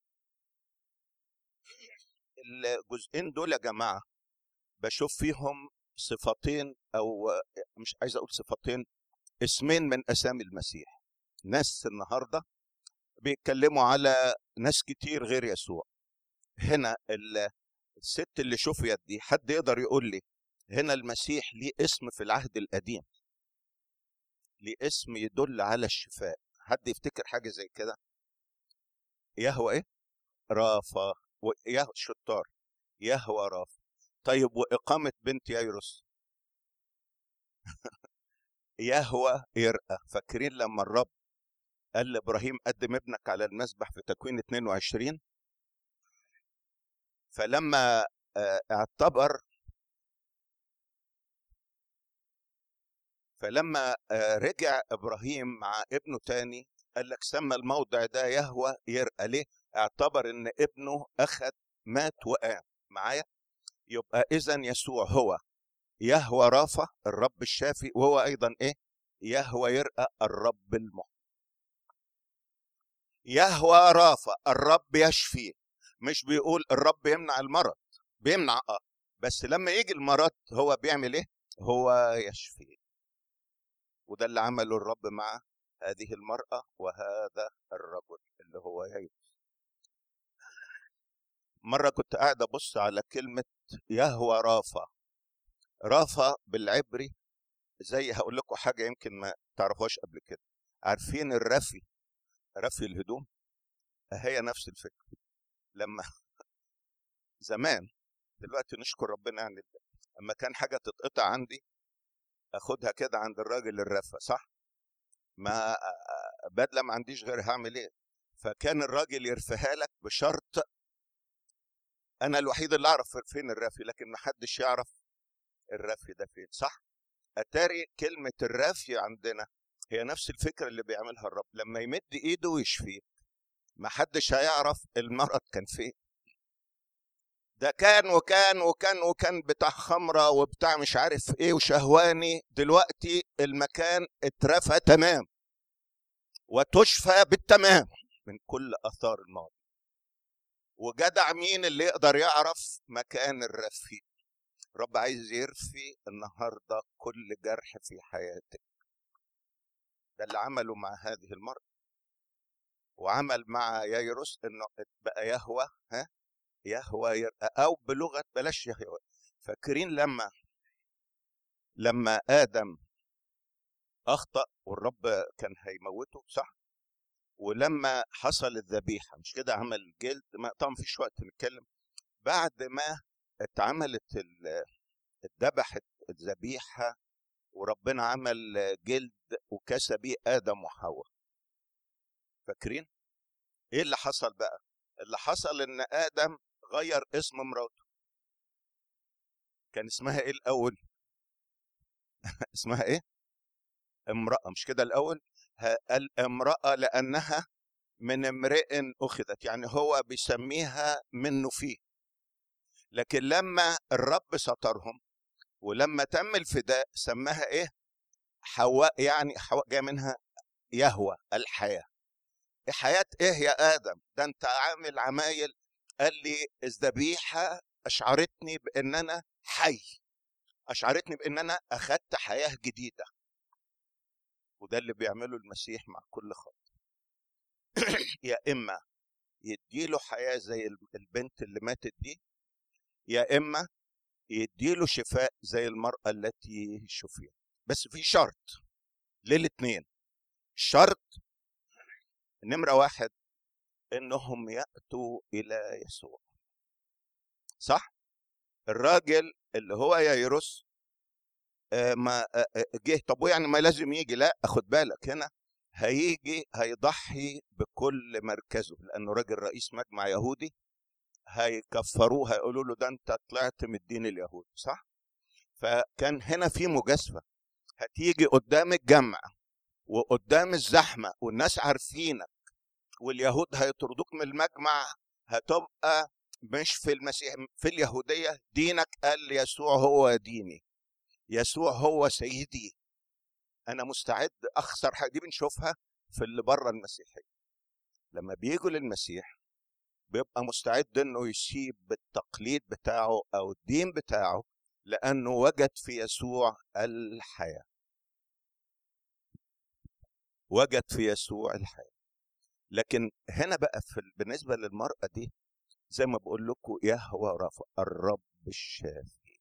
Speaker 2: الجزئين دول يا جماعة بشوف فيهم صفتين، او مش عايز اقول صفتين، اسمين من اسامي المسيح. ناس النهارده بيتكلموا على ناس كتير غير يسوع. هنا الست اللي شفيت دي، حد يقدر يقول لي هنا المسيح ليه اسم في العهد القديم، ليه اسم يدل على الشفاء؟ حد يفتكر حاجه زي كده؟ يهوى ايه؟ رافا. ويهوى شطار، يهوى رافا. طيب وإقامة بنت يايروس؟ يهوى يرأى. فاكرين لما الرب قال لإبراهيم قدم ابنك على المذبح في تكوين اتنين وعشرين؟ فلما اعتبر فلما رجع إبراهيم مع ابنه تاني قال لك سمى الموضع ده يهوى يرأى. ليه؟ اعتبر ان ابنه أخذ مات وقام معايا. يبقى إذن يسوع هو يهوى رافا الرب الشافي، وهو أيضا إيه؟ يهوى يرأى الرب المحيي. يهوى رافا الرب يشفي. مش بيقول الرب يمنع المرض، بيمنع اه بس لما يجي المرض هو بيعمل ايه؟ هو يشفي. وده اللي عمله الرب مع هذه المرأة وهذا الرجل اللي هو يايروس. مرة كنت قاعد أبص على كلمة يهوى رافا. رافا بالعبري زي هقول لكم حاجة يمكن ما تعرفوش قبل كده. عارفين الرفي، رفي الهدوم؟ هي نفس الفكرة. لما زمان، دلوقتي نشكر ربنا يعني، اما كان حاجة تتقطع عندي اخدها كده عند الراجل الرفة، صح؟ ما بدلة ما عنديش غير هعمل ايه؟ فكان الراجل يرفها لك بشرط انا الوحيد اللي اعرف فين الرفي، لكن ما حدش يعرف الرفي ده فين، صح؟ اتاري كلمة الرفي عندنا هي نفس الفكرة اللي بيعملها الرب. لما يمد ايده ويشفيك ما حدش هيعرف المرض كان فين. ده كان وكان وكان وكان بتاع خمرة وبتاع مش عارف ايه وشهواني، دلوقتي المكان اترفى تمام وتشفى بالتمام من كل اثار الماضي. وجدع مين اللي يقدر يعرف مكان الرفي. رب عايز يرفي النهارده كل جرح في حياتك. ده اللي عمله مع هذه المرأة، وعمل مع يايروس انه بقى يهوى، ها يهوى يرقى، او بلغه بلاش يهوى. فاكرين لما لما ادم اخطا والرب كان هيموته، صح؟ ولما حصل الذبيحه مش كده، عمل جلد، ما طبعا فيش وقت نتكلم. بعد ما اتعملت اتذبحت الذبيحه وربنا عمل جلد وكسى بيه ادم وحواء، فاكرين ايه اللي حصل بقى؟ اللي حصل ان ادم غير اسم مراته. كان اسمها ايه الاول؟ اسمها ايه؟ امرأة، مش كده الاول؟ الامرأة لانها من امرئ اخذت، يعني هو بيسميها منه فيه. لكن لما الرب سترهم ولما تم الفداء سماها ايه؟ حواء، يعني حواء جايه منها يهوى، الحياة. حياة ايه يا ادم؟ ده انت عامل عمايل. قال لي الذبيحة اشعرتني بان انا حي، اشعرتني بان انا اخدت حياة جديدة. وده اللي بيعمله المسيح مع كل خاطئ. يا اما يديله حياة زي البنت اللي ماتت دي، يا اما يديله شفاء زي المرأة التي شفيت. بس في شرط للاتنين. شرط نمرة واحد انهم يأتوا الى يسوع، صح؟ الراجل اللي هو يايروس آه ما آه جه. طب يعني ما لازم يجي؟ لا، اخد بالك هنا، هيجي هيضحي بكل مركزه لانه راجل رئيس مجمع يهودي. هيكفروه، هيقولوا له ده انت طلعت من الدين اليهودي، صح؟ فكان هنا في مجازفه. هتيجي قدام الجمع وقدام الزحمه والناس عارفينك واليهود هيطردوك من المجمع، هتبقى مش في المسيح، في اليهوديه دينك. قال يسوع هو ديني، يسوع هو سيدي، انا مستعد اخسر حاجه. دي بنشوفها في اللي بره المسيحيه، لما بيجوا للمسيح بيبقى مستعد انه يسيب التقليد بتاعه او الدين بتاعه لانه وجد في يسوع الحياه، وجد في يسوع الحياه. لكن هنا بقى في بالنسبه للمراه دي، زي ما بقول لكم، يهوى رفع الرب الشافي.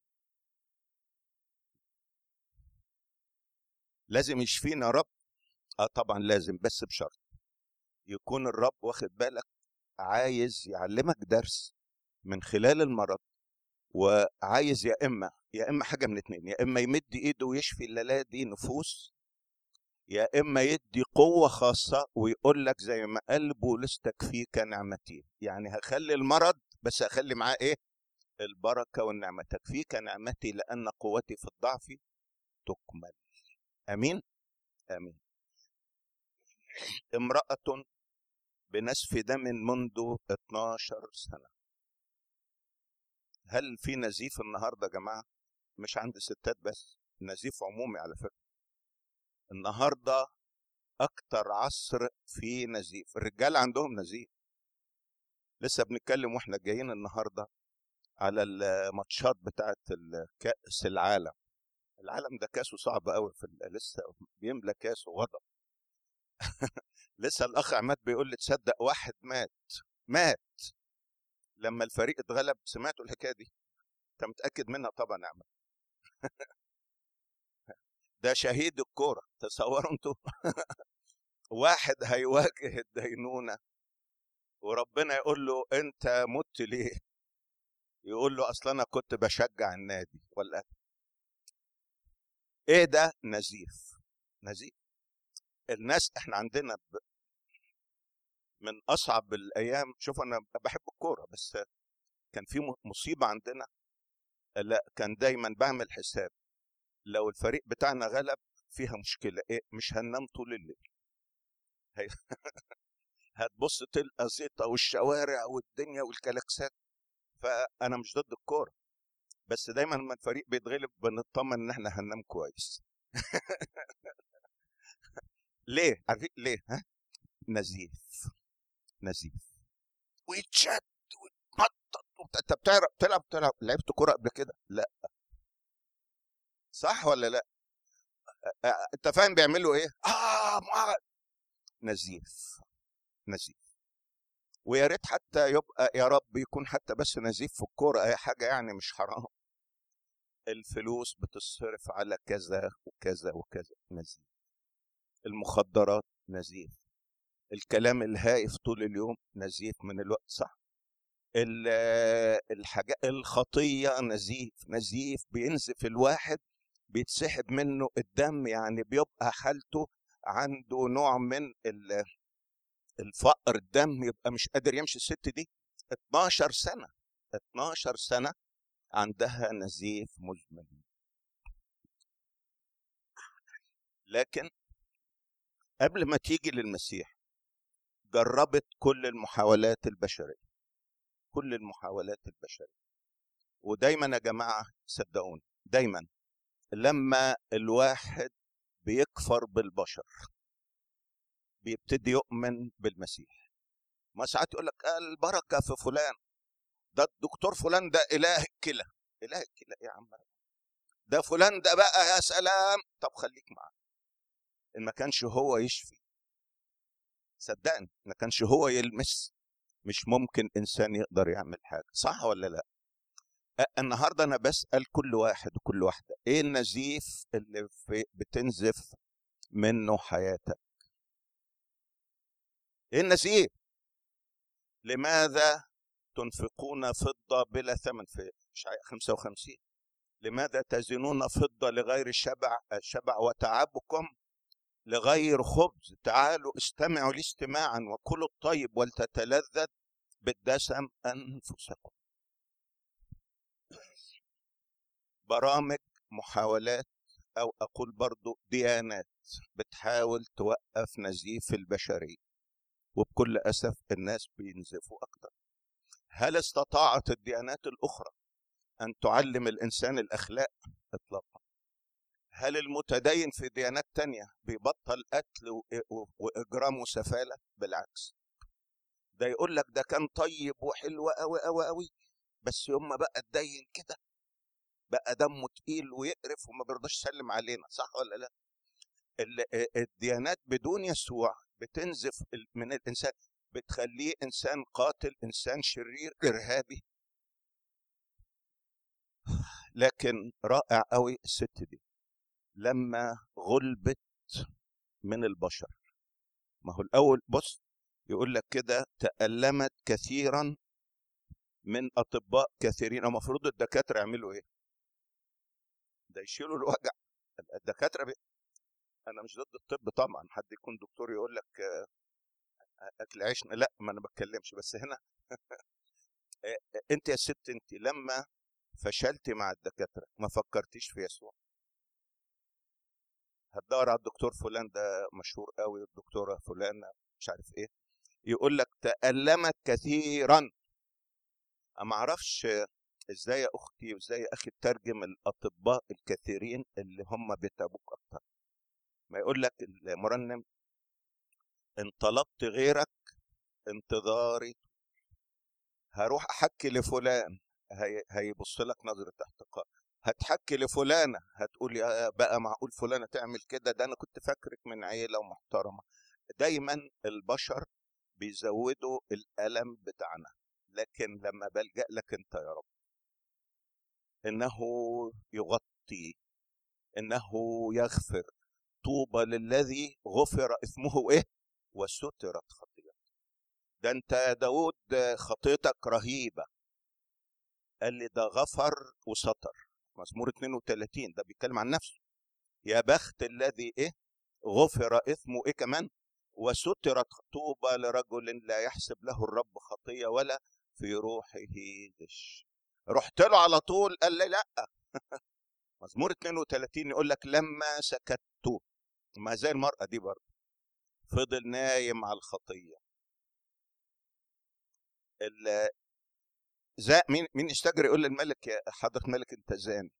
Speaker 2: لازم يشفينا رب، اه طبعا لازم، بس بشرط يكون الرب واخد بالك عايز يعلمك درس من خلال المرض، وعايز يا اما يا اما حاجه من اتنين، يا اما يمد ايده ويشفي الليله دي نفوس، يا اما يدي قوه خاصه ويقول لك زي ما قال بولس تكفيك نعمتي، يعني هخلي المرض بس هخلي معاه ايه؟ البركه والنعمه. تكفيك نعمتي لان قوتي في الضعف تكمل. امين امين. امراه بنسف دم منذ اتناشر سنه. هل في نزيف النهارده يا جماعه؟ مش عند الستات بس، نزيف عمومي على فكره. النهارده اكتر عصر في نزيف. الرجال عندهم نزيف. لسه بنتكلم واحنا جايين النهارده على الماتشات بتاعت كأس العالم. العالم ده كاسه صعب قوي، في لسه بيملى كاسه غضب. لسه الاخ عماد بيقول لي تصدق واحد مات مات لما الفريق اتغلب؟ سمعتوا الحكايه دي؟ انت متاكد منها طبعا يا عماد. ده شهيد الكوره، تصوروا انتوا. واحد هيواجه الدينونه وربنا يقول له انت مت ليه؟ يقول له اصلا انا كنت بشجع النادي. ولا ايه ده؟ نزيف نزيف. الناس احنا عندنا ب... من اصعب الايام. شوف انا بحب الكوره، بس كان في مصيبه عندنا. لا، كان دايما بعمل حساب لو الفريق بتاعنا غلب فيها مشكله ايه، مش هننام طول الليل. هي... هتبص تلقى زيطه والشوارع والدنيا والكلاكسات. فانا مش ضد الكوره، بس دايما لما الفريق بيتغلب بنطمن ان احنا هننام كويس. ليه؟ عارفين ليه؟ ها؟ نزيف نزيف ويتشد انت بتعرف تلعب تلعب لعبت كرة قبل كده؟ لا. صح ولا لا؟ انت فاهم بيعملوا ايه؟ اه ما نزيف نزيف. ويا ريت حتى يبقى يا رب يكون حتى بس نزيف في الكوره، اي حاجه يعني مش حرام. الفلوس بتصرف على كذا وكذا وكذا، نزيف. المخدرات نزيف. الكلام الهائف طول اليوم نزيف من الوقت، صح. الحاجة الخطيه نزيف نزيف بينزف الواحد، بيتسحب منه الدم، يعني بيبقى حالته عنده نوع من الفقر الدم، يبقى مش قادر يمشي. الست دي اتناشر سنة اتناشر سنة عندها نزيف مزمن، لكن قبل ما تيجي للمسيح جربت كل المحاولات البشرية، كل المحاولات البشرية. ودايما يا جماعة صدقوني، دايما لما الواحد بيكفر بالبشر بيبتدي يؤمن بالمسيح. ما ساعات يقول لك البركة في فلان، ده الدكتور فلان ده إله الكلى. إله الكلى إيه يا عم؟ ده فلان ده بقى يا سلام. طب خليك معاه، إن ما كانش هو يشفي، صدقني ما كانش هو يلمس، مش ممكن إنسان يقدر يعمل حاجة. صح ولا لا؟ النهاردة أنا بسأل كل واحد وكل واحدة، إيه النزيف اللي في بتنزف منه حياتك؟ إيه النزيف؟ لماذا تنفقون فضة بلا ثمن؟ في إشعياء خمسة وخمسين، لماذا تزنون فضة لغير شبع شبع وتعبكم لغير خبز؟ تعالوا استمعوا لي استماعا وكلوا الطيب ولتتلذذ بالدسم أنفسكم. برامج، محاولات، أو أقول برضو ديانات بتحاول توقف نزيف البشرية، وبكل أسف الناس بينزفوا أكتر. هل استطاعت الديانات الأخرى أن تعلم الإنسان الأخلاق؟ إطلاقا. هل المتدين في ديانات تانية بيبطل قتل وإجرام وسفالة؟ بالعكس، ده يقول لك ده كان طيب وحلو قوي قوي قوي، بس يوم ما بقى اتدين كده بقى دمه تقيل ويقرف وما بيرضاش يسلم علينا. صح ولا لا؟ الديانات بدون يسوع بتنزف من الإنسان، بتخليه إنسان قاتل، إنسان شرير، إرهابي. لكن رائع قوي الست دي لما غلبت من البشر. ما هو الأول بص يقول لك كده، تألمت كثيرا من أطباء كثيرين. المفروض الدكاترة يعملوا إيه؟ ده يشيلوا الوجع. الدكاترة بي... أنا مش ضد الطب طبعا، حد يكون دكتور يقول لك أكل عيشنا، لا ما أنا بتكلمش، بس هنا أنت يا ست، أنت لما فشلتي مع الدكاترة ما فكرتيش في يسوع؟ هتدور على الدكتور فلان ده مشهور قوي، الدكتورة فلانة مش عارف ايه، يقول لك تألمت كثيرا. ما اعرفش ازاي يا اختي وازاي يا اخي تترجم الاطباء الكثيرين اللي هم بيتعبوك اكتر. ما يقول لك المرنم، ان طلبت غيرك انتظاري، هروح احكي لفلان هي هيبص لك نظرة احتقار، هتحكي لفلانة هتقول يا بقى معقول فلانة تعمل كده، ده انا كنت فاكرك من عيلة ومحترمة. دايما البشر بيزودوا الألم بتاعنا، لكن لما بلجأ لك انت يا رب، انه يغطي، انه يغفر. طوبى للذي غفر اسمه ايه وسترت خطيئته. ده انت يا داود خطيتك رهيبة، قال لي ده غفر وستر. مزمور اثنين وثلاثين ده بيتكلم عن نفسه. يا بخت الذي ايه غفر اثمه ايه كمان وسترت. طوبى لرجل لا يحسب له الرب خطية ولا في روحه غش. رحت له على طول قال لي لا. مزمور اثنين وثلاثين يقول لك لما سكت، ما زي المرأة دي برضه فضل نايم على الخطية. زي مين مين يستجري يقول للملك يا حضرة الملك انت زاني؟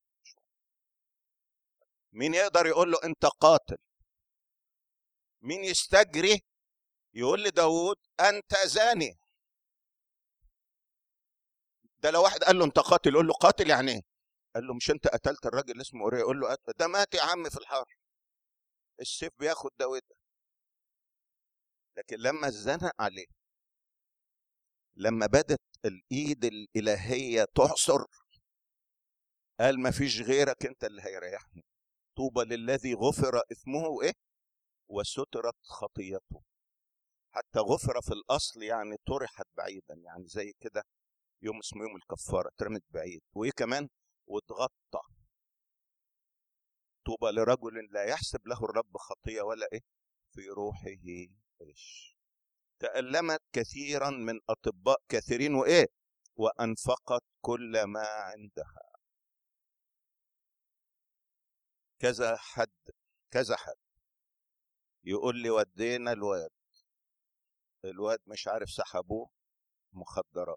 Speaker 2: مين يقدر يقول له انت قاتل؟ مين يستجري يقول لداود انت زاني؟ ده لو واحد قال له انت قاتل يقول له قاتل يعني ايه؟ قال له مش انت قتلت الراجل اللي اسمه اوريا؟ يقول له قتل. ده مات يا عم في الحرب، السيف بياخد ده وده. لكن لما اتزنق عليه، لما بدت الايد الالهيه تعصر، قال ما فيش غيرك انت اللي هيريحني. طوبى للذي غفر اثمه ايه وسترت خطيته. حتى غفر في الاصل يعني طرحت بعيدا، يعني زي كده يوم اسمه يوم الكفاره، اترمت بعيد. وايه كمان؟ واتغطى. طوبى لرجل لا يحسب له الرب خطيه ولا ايه في روحه ايش. تألمت كثيرا من اطباء كثيرين وايه وانفقت كل ما عندها. كذا حد كذا حد يقول لي ودينا الواد، الواد مش عارف سحبوه مخدرات.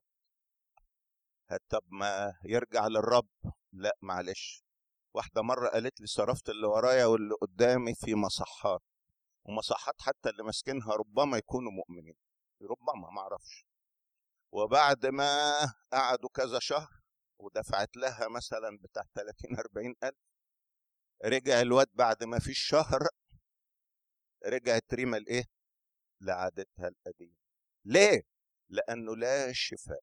Speaker 2: طب ما يرجع للرب. لا معلش. واحدة مرة قالت لي صرفت اللي ورايا واللي قدامي في مصحات، ومصحات حتى اللي ماسكينها ربما يكونوا مؤمنين، ربما ما اعرفش. وبعد ما قعدوا كذا شهر ودفعت لها مثلا بتاع ثلاثين أربعين ألف، رجع الواد بعد ما فيش شهر رجعت ريما الايه لعادتها القديمة. ليه؟ لأنه لا شفاء،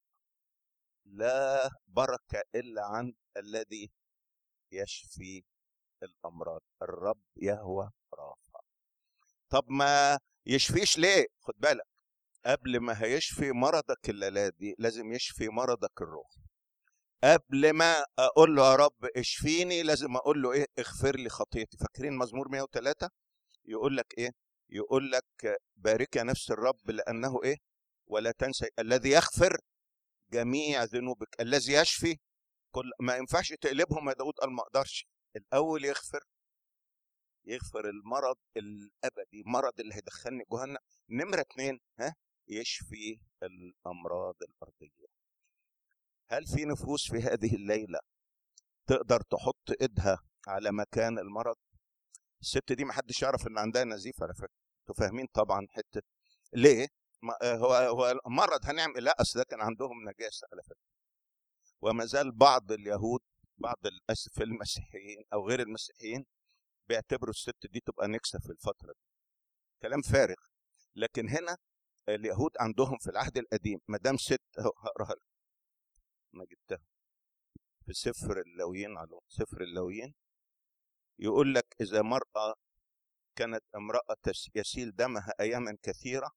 Speaker 2: لا بركة إلا عند الذي يشفي الأمراض، الرب يهوى رافع. طب ما يشفيش ليه؟ خد بالك، قبل ما هيشفي مرضك الليلة دي لازم يشفي مرضك الروحي. قبل ما أقول له يا رب اشفيني لازم أقول له إيه؟ اغفر لي خطيتي. فاكرين مزمور مئة وثلاثة يقول لك إيه؟ يقول لك بارك نفس الرب لأنه إيه؟ ولا تنسى الذي يغفر جميع ذنوبك، الذي يشفي كل. ما ينفعش تقلبهم يا داود، قال ما اقدرش. الاول يغفر، يغفر المرض الابدي، المرض اللي هيدخلني جهنم. نمره اتنين ها يشفي الامراض الارضيه. هل في نفوس في هذه الليله تقدر تحط ايدها على مكان المرض؟ الست دي ما حدش يعرف ان عندها نزيف على فكره. انتوا فاهمين طبعا حته ليه؟ ما هو هو مرض هنعمل؟ لا، اصل ده كان عندهم نجاسه على فكره. وما زال بعض اليهود، بعض الاسف المسيحيين او غير المسيحيين بيعتبروا الست دي تبقى نكسه في الفتره دي. كلام فارغ. لكن هنا اليهود عندهم في العهد القديم ما دام ست، هقراها لك ما جبتها في سفر اللاويين، على سفر اللاويين يقول لك اذا مرأة كانت امرأة يسيل دمها اياما كثيره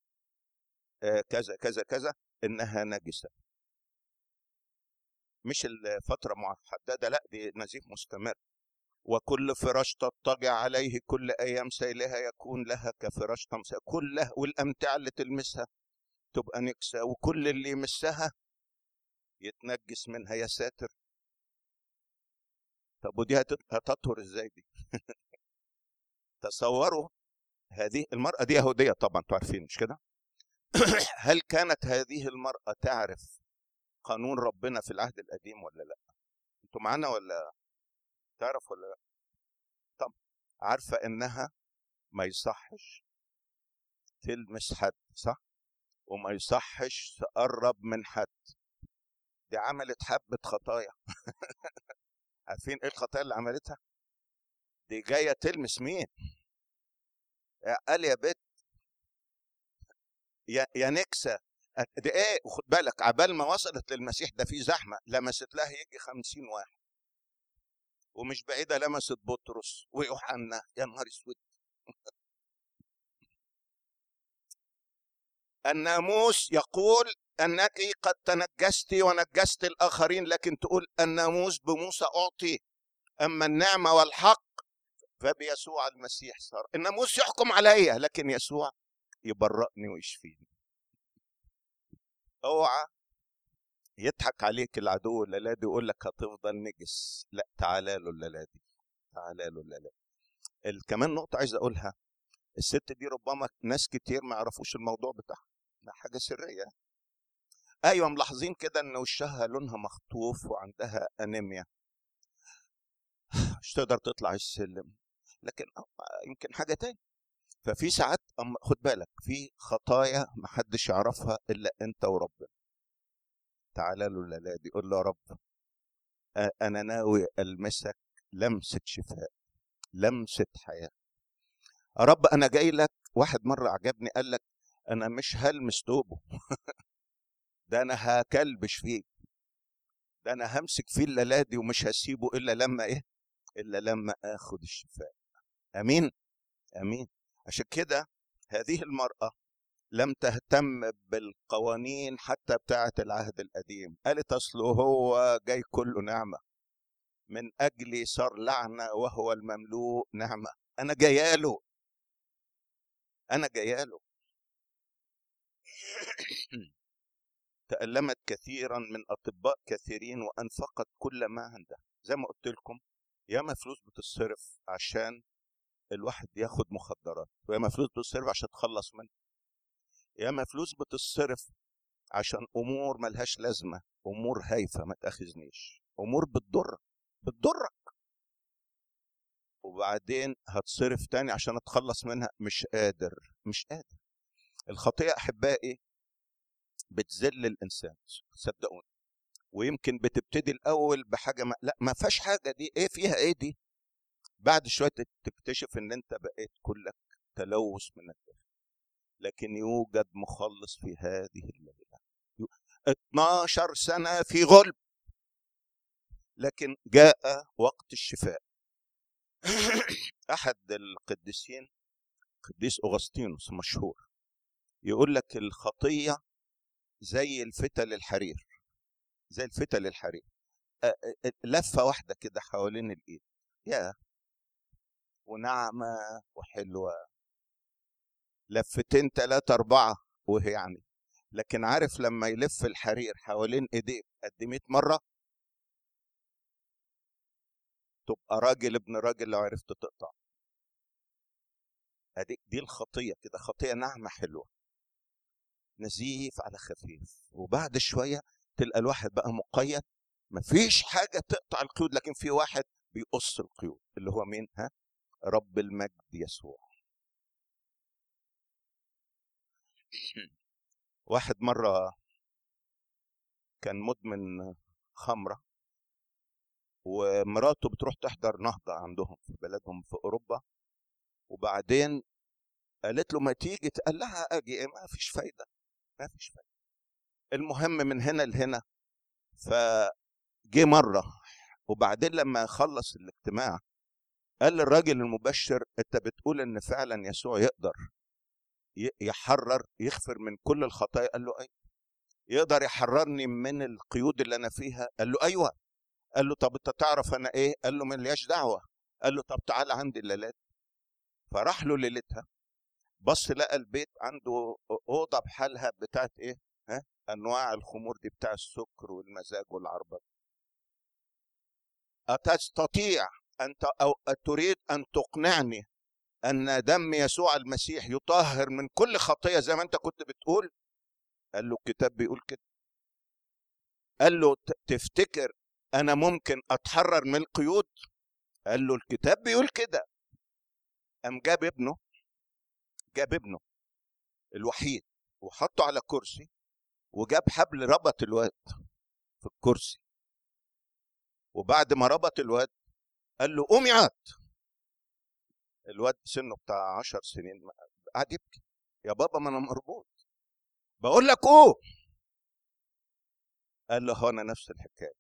Speaker 2: كذا كذا كذا انها نجسه. مش الفتره محدده، لا دي نزيف مستمر. وكل فراش تضطجع عليه كل ايام سيلها يكون لها كفراش تمسها كلها، والامتعه اللي تلمسها تبقى نكسه، وكل اللي يمسها يتنجس منها. يا ساتر. طب ودي هتطهر ازاي دي؟ تصوروا هذه المرأة دي يهودية طبعا، انتوا عارفين مش كده؟ هل كانت هذه المرأة تعرف قانون ربنا في العهد القديم ولا لا؟ انتوا معانا ولا تعرف ولا لا؟ طب عارفة انها ما يصحش تلمس حد، صح؟ وما يصحش تقرب من حد. دي عملت حبة خطايا. عارفين ايه الخطايا اللي عملتها؟ دي جاية تلمس مين؟ قال يا بت يا, يا نكسة. دي ايه؟ وخد بالك عبال ما وصلت للمسيح ده في زحمة، لمست لها يجي خمسين واحد، ومش بعيدة لمست بطرس ويوحنا. يا نهار اسود. الناموس يقول انك قد تنجست ونجست الاخرين، لكن تقول الناموس بموسى اعطي، اما النعمة والحق فبيسوع المسيح صار. الناموس يحكم عليا لكن يسوع يبرئني ويشفيني. اوعى يضحك عليك العدو الليلة دي يقول لك هتفضل نجس. لا، تعالى له الليلة دي، تعالى له الليلة دي. كمان نقطة عايز اقولها، الست دي ربما ناس كتير ما يعرفوش الموضوع بتاعها، ده حاجة سرية. ايوه ملاحظين كده ان وشها لونها مخطوف وعندها انيميا، مش تقدر تطلع السلم، لكن يمكن حاجة تاني. ففي ساعات خد بالك في خطايا محدش يعرفها الا انت وربنا. تعالى له الليله دي، قول له يا رب انا ناوي المسك لمسه شفاء، لمسه حياه. يا رب انا جاي لك. واحد مره عجبني قال لك انا مش هلمس توبه ده انا هكلبش فيه، ده انا همسك فيه الليله دي ومش هسيبه الا لما ايه، الا لما اخد الشفاء. امين امين. عشان كده هذه المراه لم تهتم بالقوانين حتى بتاعه العهد القديم، قالت اصله هو جاي كله نعمه، من اجلي صار لعنه وهو المملوء نعمه. انا جاياله، انا جاياله. تألمت كثيرا من أطباء كثيرين وأنفقت كل ما عندها. زي ما قلت لكم ياما فلوس بتصرف عشان الواحد ياخد مخدرات، وياما فلوس بتصرف عشان تخلص منها، ياما فلوس بتصرف عشان أمور ملهاش لازمة، أمور هايفة ما تأخذنيش، أمور بتضرك بتضرك وبعدين هتصرف تاني عشان أتخلص منها. مش قادر مش قادر. الخطيئة أحبائي بتذل الإنسان صدقوني، ويمكن بتبتدي الاول بحاجه ما لا ما فيهاش حاجه، دي ايه فيها ايه دي، بعد شويه تكتشف ان انت بقيت كلك تلوث من الداخل. لكن يوجد مخلص في هذه الليله. اتناشر سنه في غلب، لكن جاء وقت الشفاء. احد القديسين قديس اغسطينوس مشهور يقول لك الخطيه زي الفتل الحرير، زي الفتل الحرير، لفه واحده كده حوالين الايد يا وناعمه وحلوه، لفتين ثلاثه اربعه وهي يعني. لكن عارف لما يلف الحرير حوالين ايديك قد مية مره، تبقى راجل ابن راجل لو عرفت تقطع. ادي دي الخطيه كده، خطيه ناعمه حلوه، نزيف على خفيف، وبعد شويه تلقى الواحد بقى مقيد، مفيش حاجه تقطع القيود، لكن في واحد بيقص القيود اللي هو مين؟ ها؟ رب المجد يسوع. واحد مره كان مدمن خمره، ومراته بتروح تحضر نهضه عندهم في بلدهم في اوروبا، وبعدين قالت له ما تيجي، قال لها اجي، ما فيش فايده ما فيش فايده. المهم من هنا لهنا، فجي مره، وبعدين لما خلص الاجتماع قال للراجل المبشر انت بتقول ان فعلا يسوع يقدر يحرر يغفر من كل الخطايا؟ قال له ايوه. يقدر يحررني من القيود اللي انا فيها؟ قال له ايوه. قال له طب انت تعرف انا ايه؟ قال له ملياش دعوه. قال له طب تعالى عندي الليلات. فراح له ليلتها، بص لقى البيت عنده اوضه بحالها بتاعت ايه؟ ها؟ انواع الخمور دي بتاع السكر والمزاج والعربه. أتستطيع أنت أو تريد أن تقنعني أن دم يسوع المسيح يطهر من كل خطية زي ما أنت كنت بتقول؟ قال له الكتاب بيقول كده. قال له تفتكر أنا ممكن أتحرر من القيود؟ قال له الكتاب بيقول كده. قام جاب ابنه، جاب ابنه الوحيد وحطه على كرسي، وجاب حبل ربط الواد في الكرسي، وبعد ما ربط الواد قال له قوم يا واد. الواد سنه بتاع عشر سنين قعد يبكي، يا بابا ما انا مربوط. بقول لك قوم. قال له هو انا نفس الحكايه،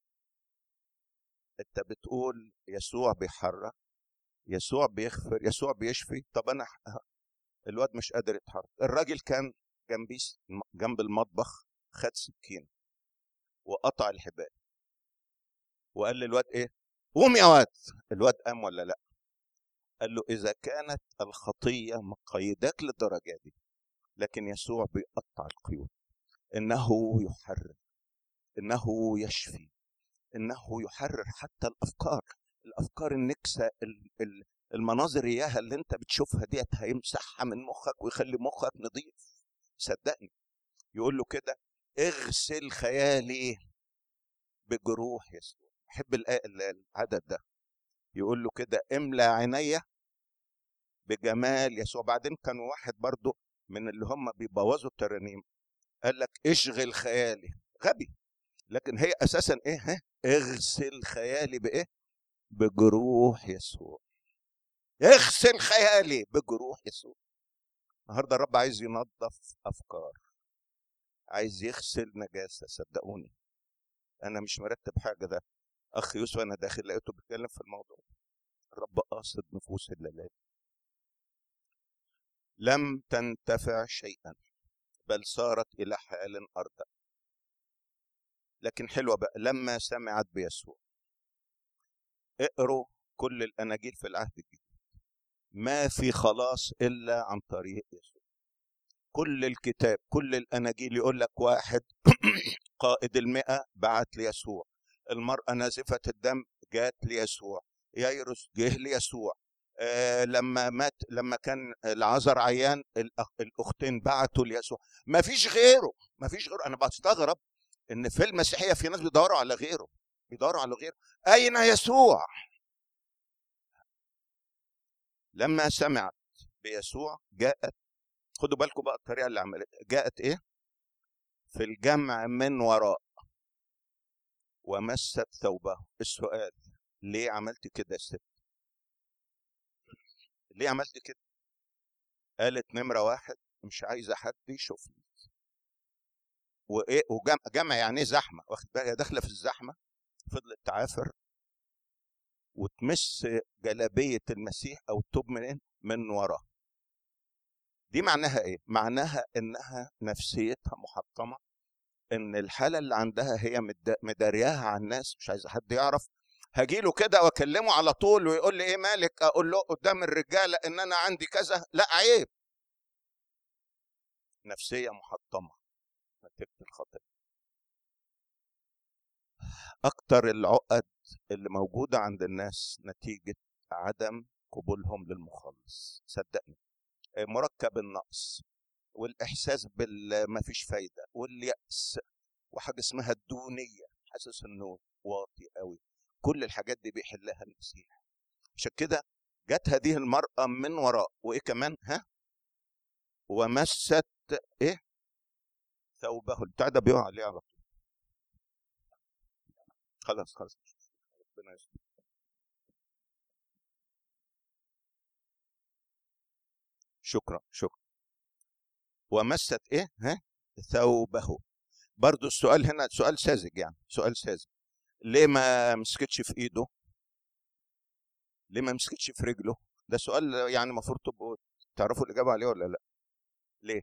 Speaker 2: انت بتقول يسوع بيحرك، يسوع بيغفر، يسوع بيشفي، طب انا الواد مش قادر يتحرك. الراجل كان جنبي جنب المطبخ، خد سكين وقطع الحبال وقال للواد ايه؟ قوم يا واد. الواد قام ولا لا؟ قال له اذا كانت الخطيه مقيداك للدرجه دي، لكن يسوع بيقطع القيود. انه يحرر، انه يشفي، انه يحرر حتى الافكار، الافكار النكسه، المناظر اياها اللي انت بتشوفها ديت هيمسحها من مخك ويخلي مخك نظيف. صدقني. يقول له كده اغسل خيالي بجروح يسوع. بحب العدد ده. يقول له كده املى عينيا بجمال يسوع. بعدين كان واحد برضو من اللي هم بيبوظوا الترانيم قال لك اشغل خيالي. غبي، لكن هي اساسا ايه؟ ها؟ اغسل خيالي بايه؟ بجروح يسوع. اغسل خيالي بجروح يسوع. النهارده الرب عايز ينظف افكار، عايز يغسل نجاسه. صدقوني انا مش مرتب حاجه، ده اخ يوسف انا داخل لقيته بيتكلم في الموضوع. الرب قاصد نفوس الليلات. لم تنتفع شيئا بل صارت الى حال ارضى. لكن حلوه بقى، لما سمعت بيسوع. اقروا كل الاناجيل في العهد الجديد، ما في خلاص الا عن طريق يسوع. كل الكتاب كل الاناجيل يقول لك واحد قائد المئة بعت ليسوع، المرأة نازفة الدم جات ليسوع، ييروس جه ليسوع، آه لما مات لما كان العذر عيان الاختين بعتوا ليسوع. ما فيش غيره، ما فيش غيره. انا بستغرب ان في المسيحية في ناس بيدوروا على غيره، بيدوروا على غيره. اين يسوع؟ لما سمعت بيسوع جاءت. خدوا بالكم بقى الطريقة اللي عملت. جاءت ايه؟ في الجمع من وراء ومست ثوبه. السؤال، ليه عملت كده يا ست؟ ليه عملت كده؟ قالت نمرة واحد مش عايزة حد يشوفني. وايه؟ وجمع جمع يعني زحمة، واخد بالها؟ داخلة في الزحمة فضلت تعافر وتمس جلابية المسيح او التوب منين؟ من وراه. دي معناها ايه؟ معناها انها نفسيتها محطمة، ان الحالة اللي عندها هي مدارياها عن الناس، مش عايزة حد يعرف. هجيله كده واكلمه على طول ويقول لي ايه مالك؟ اقول له قدام الرجالة ان انا عندي كذا؟ لا عيب. نفسية محطمة نتيجة الخطية. اكتر العقد اللي موجودة عند الناس نتيجة عدم قبولهم للمخلص. صدقني، مركب النقص والاحساس بالما فيش فايدة واليأس وحاجة اسمها الدونية، حاسس انه واطي قوي. كل الحاجات دي بيحلها المسيح. عشان كده جت هذه المرأة من وراء، وايه كمان؟ ها؟ ومست ايه؟ ثوبه. البتاع ده بيقع عليه على طول. خلاص خلاص ربنا يستر. شكرا شكرا. ومست ايه؟ ها؟ ثوبه. برضو السؤال هنا سؤال ساذج، يعني سؤال ساذج. ليه ما مسكتش في ايده؟ ليه ما مسكتش في رجله؟ ده سؤال يعني المفروض تبقوا تعرفوا الاجابه عليه ولا لا؟ ليه؟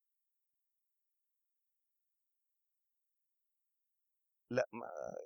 Speaker 2: لا ما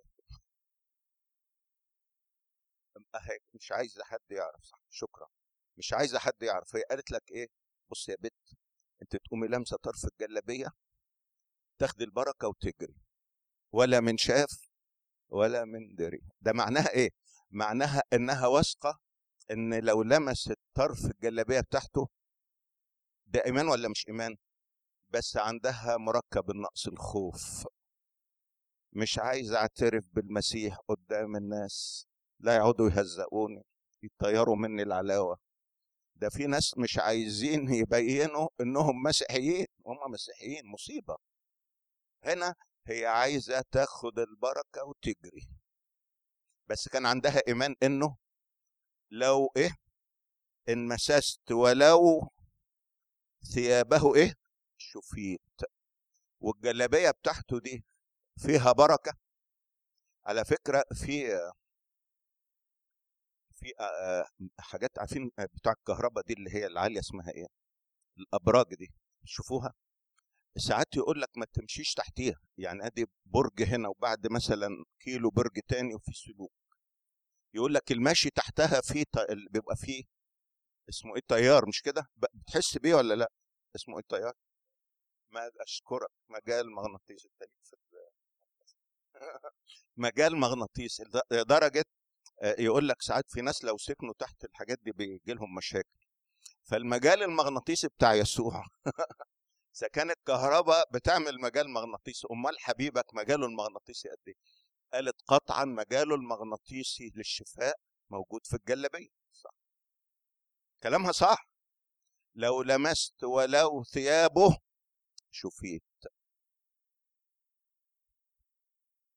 Speaker 2: أهي مش عايزه حد يعرف. صح، شكرا. مش عايزه حد يعرف. هي قالت لك ايه؟ بص يا بت، انت تقومي لامسه طرف الجلابيه تاخدي البركه وتجري، ولا من شاف ولا من دري. ده معناها ايه؟ معناها انها واثقه ان لو لمست طرف الجلابيه بتاعته، ده ايمان ولا مش ايمان؟ بس عندها مركب النقص، الخوف. مش عايز اعترف بالمسيح قدام الناس، لا يقعدوا يهزقوني يطيروا مني العلاوه. ده في ناس مش عايزين يبينوا انهم مسيحيين، هم مسيحيين. مصيبه. هنا هي عايزه تاخد البركه وتجري، بس كان عندها ايمان انه لو ايه؟ ان مسست ولو ثيابه ايه؟ شفيت. والجلابيه بتاعته دي فيها بركه. على فكره في في حاجات عارفين بتاع الكهرباء دي اللي هي العاليه اسمها ايه؟ الابراج دي، تشوفوها ساعات يقول لك ما تمشيش تحتيها. يعني ادي برج هنا وبعد مثلا كيلو برج تاني وفي سلوك، يقول لك الماشي تحتها في ط... بيبقى فيه اسمه ايه؟ تيار، مش كده؟ بتحس بيه ولا لا؟ اسمه ايه التيار؟ ما اشكرك، مجال مغناطيسي. مجال مغناطيسي لدرجه يقول لك ساعات في ناس لو سكنوا تحت الحاجات دي بيجي لهم مشاكل. فالمجال المغناطيسي بتاع يسوع اذا كانت كهرباء بتعمل مجال مغناطيسي، امال حبيبك مجاله المغناطيسي قد ايه؟ قالت قطعا مجاله المغناطيسي للشفاء موجود في الجلابيه. صح، كلامها صح. لو لمست ولو ثيابه شفيت.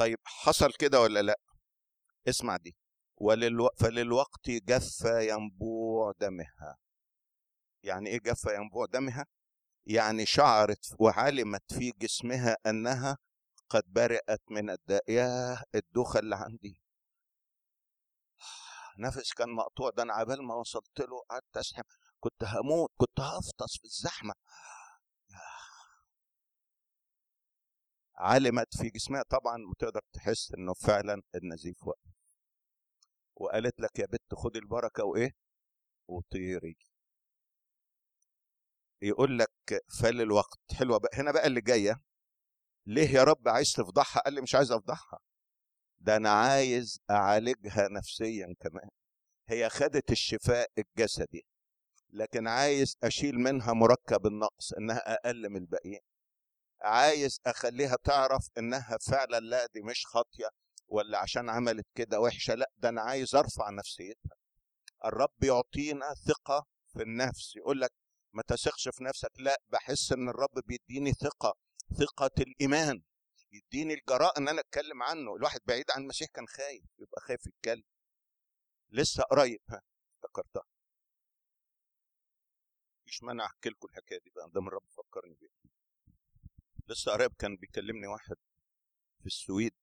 Speaker 2: طيب حصل كده ولا لا؟ اسمع دي. وللو... فللوقت جف ينبوع دمها. يعني ايه جف ينبوع دمها؟ يعني شعرت وعلمت في جسمها انها قد برئت من الداء. ياه الدوخه اللي عندي، نفس كان مقطوع، ده انا عبال ما وصلت له قعدت اسحب، كنت هموت، كنت هفطس في الزحمه. علمت في جسمها طبعا، وتقدر تحس انه فعلا النزيف وقف، وقالت لك يا بت خدي البركه وايه وطيري. يقول لك فللوقت. حلوه بقى هنا بقى اللي جايه. ليه يا رب عايز تفضحها؟ قال لي مش عايز افضحها، ده انا عايز اعالجها نفسيا كمان. هي خدت الشفاء الجسدي، لكن عايز اشيل منها مركب النقص، انها اقل من الباقيين. عايز اخليها تعرف انها فعلا لا دي مش خاطيه ولا عشان عملت كده وحشه، لا ده انا عايز ارفع نفسيتها. الرب يعطينا ثقه في النفس. يقول لك ما تثقش في نفسك، لا بحس ان الرب بيديني ثقه، ثقه الايمان، يديني الجراءه ان انا اتكلم عنه. الواحد بعيد عن المسيح كان خايف، يبقى خايف يتكلم. لسه قريب ها افتكرتها، مفيش مانع احكي لكم الحكايه دي بقى ده من الرب فكرني بيها. لسه قريب كان بيكلمني واحد في السويد،